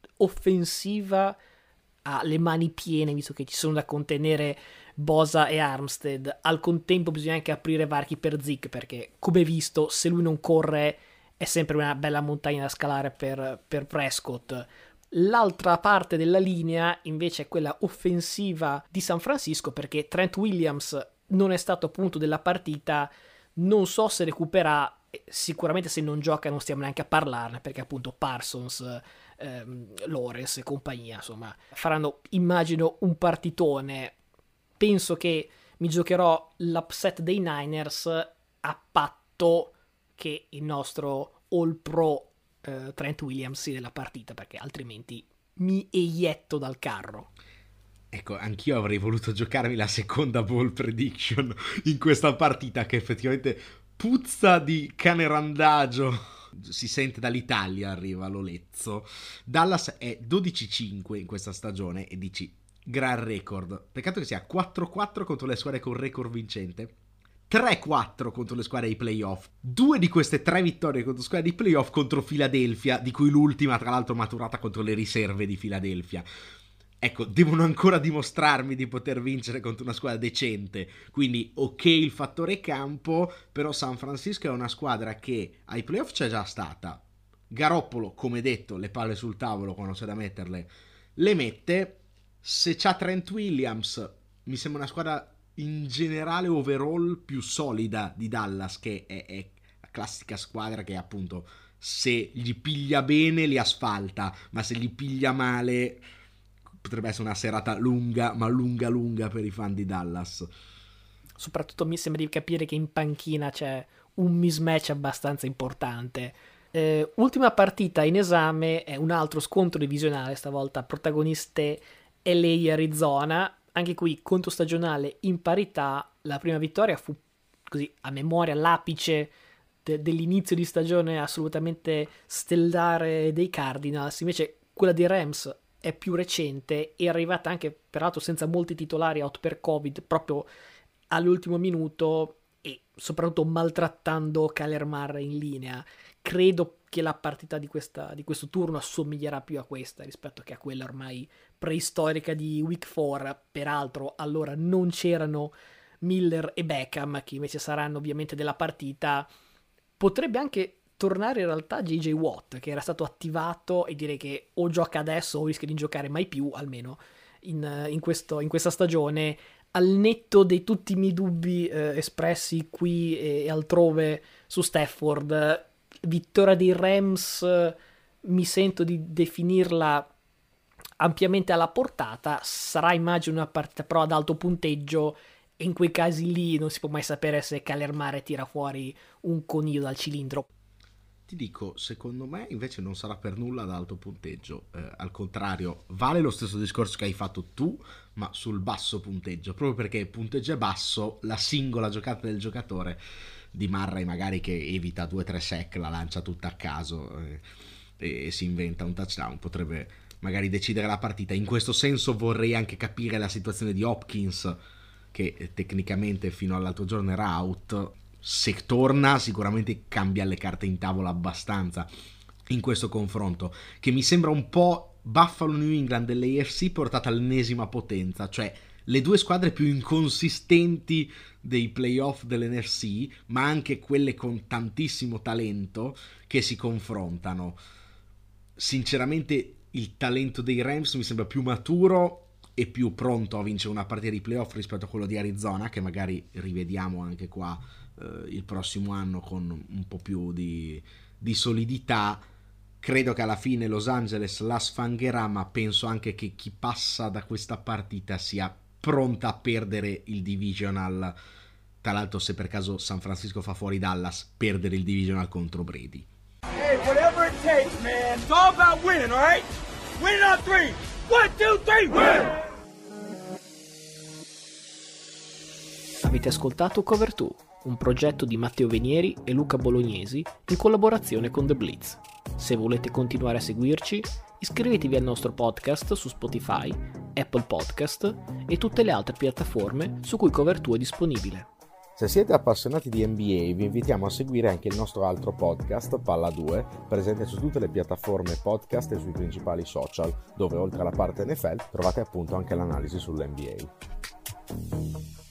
B: offensiva ha le mani piene, visto che ci sono da contenere Bosa e Armstead. Al contempo bisogna anche aprire varchi per Zeke, perché come visto se lui non corre è sempre una bella montagna da scalare per, per Prescott. L'altra parte della linea invece è quella offensiva di San Francisco, perché Trent Williams non è stato appunto della partita, non so se recupera. Sicuramente se non gioca non stiamo neanche a parlarne, perché appunto Parsons, ehm, Lawrence e compagnia insomma faranno, immagino, un partitone. Penso che mi giocherò l'upset dei Niners a patto che il nostro All Pro eh, Trent Williams sia della partita, perché altrimenti mi eietto dal carro.
A: Ecco, anch'io avrei voluto giocarmi la seconda ball prediction in questa partita, che effettivamente puzza di cane randagio. Si sente dall'Italia, arriva l'olezzo. Dallas è dodici cinque in questa stagione e dici gran record. Peccato che sia quattro quattro contro le squadre con record vincente, tre quattro contro le squadre ai playoff. Due di queste tre vittorie contro squadre di playoff contro Philadelphia, di cui l'ultima tra l'altro maturata contro le riserve di Philadelphia. Ecco, devono ancora dimostrarmi di poter vincere contro una squadra decente, quindi ok il fattore campo, però San Francisco è una squadra che ai playoff c'è già stata, Garoppolo, come detto, le palle sul tavolo quando c'è da metterle, le mette. Se c'ha Trent Williams, mi sembra una squadra in generale overall più solida di Dallas, che è, è la classica squadra che appunto se gli piglia bene li asfalta, ma se gli piglia male potrebbe essere una serata lunga, ma lunga lunga per i fan di Dallas.
B: Soprattutto mi sembra di capire che in panchina c'è un mismatch abbastanza importante. Eh, ultima partita in esame è un altro scontro divisionale, stavolta protagoniste L A Arizona, anche qui conto stagionale in parità. La prima vittoria fu, così a memoria, l'apice de- dell'inizio di stagione assolutamente stellare dei Cardinals. Invece quella dei Rams è più recente e è arrivata anche peraltro senza molti titolari out per Covid, proprio all'ultimo minuto, e soprattutto maltrattando Kyler Murray in linea. Credo che la partita di, questa, di questo turno assomiglierà più a questa rispetto che a quella ormai preistorica di Week quattro. Peraltro allora non c'erano Miller e Beckham, che invece saranno ovviamente della partita. Potrebbe anche tornare in realtà J J Watt, che era stato attivato, e direi che o gioca adesso o rischia di giocare mai più, almeno in, in, questo, in questa stagione, al netto di tutti i miei dubbi eh, espressi qui e, e altrove su Stafford. Vittoria dei Rams, mi sento di definirla ampiamente alla portata. Sarà, immagino, una partita però ad alto punteggio, e in quei casi lì non si può mai sapere se Kyler Murray tira fuori un coniglio dal cilindro.
A: Ti dico, secondo me invece non sarà per nulla ad alto punteggio, eh, al contrario, vale lo stesso discorso che hai fatto tu, ma sul basso punteggio, proprio perché il punteggio è basso, la singola giocata del giocatore di Murray magari che evita due tre sack, la lancia tutta a caso eh, e si inventa un touchdown, potrebbe magari decidere la partita. In questo senso vorrei anche capire la situazione di Hopkins, che eh, tecnicamente fino all'altro giorno era out. Se torna sicuramente cambia le carte in tavola abbastanza in questo confronto, che mi sembra un po' Buffalo New England dell'A F C portata all'ennesima potenza, cioè le due squadre più inconsistenti dei playoff dell'N F C, ma anche quelle con tantissimo talento che si confrontano. Sinceramente il talento dei Rams mi sembra più maturo e più pronto a vincere una partita di playoff rispetto a quello di Arizona, che magari rivediamo anche qua eh, il prossimo anno con un po' più di, di solidità. Credo che alla fine Los Angeles la sfangherà, ma penso anche che chi passa da questa partita sia pronta a perdere il divisional. Tra l'altro, se per caso San Francisco fa fuori Dallas, perdere il divisional contro Brady.
C: Hey, whatever it takes, man. It's all about winning, all right? Winning on three. One, two, three, win!
B: Avete ascoltato Cover due, un progetto di Matteo Venieri e Luca Bolognesi in collaborazione con The Blitz. Se volete continuare a seguirci, iscrivetevi al nostro podcast su Spotify, Apple Podcast e tutte le altre piattaforme su cui Cover due è disponibile.
D: Se siete appassionati di N B A, vi invitiamo a seguire anche il nostro altro podcast, Palla due, presente su tutte le piattaforme podcast e sui principali social, dove oltre alla parte N F L trovate appunto anche l'analisi sull'N B A.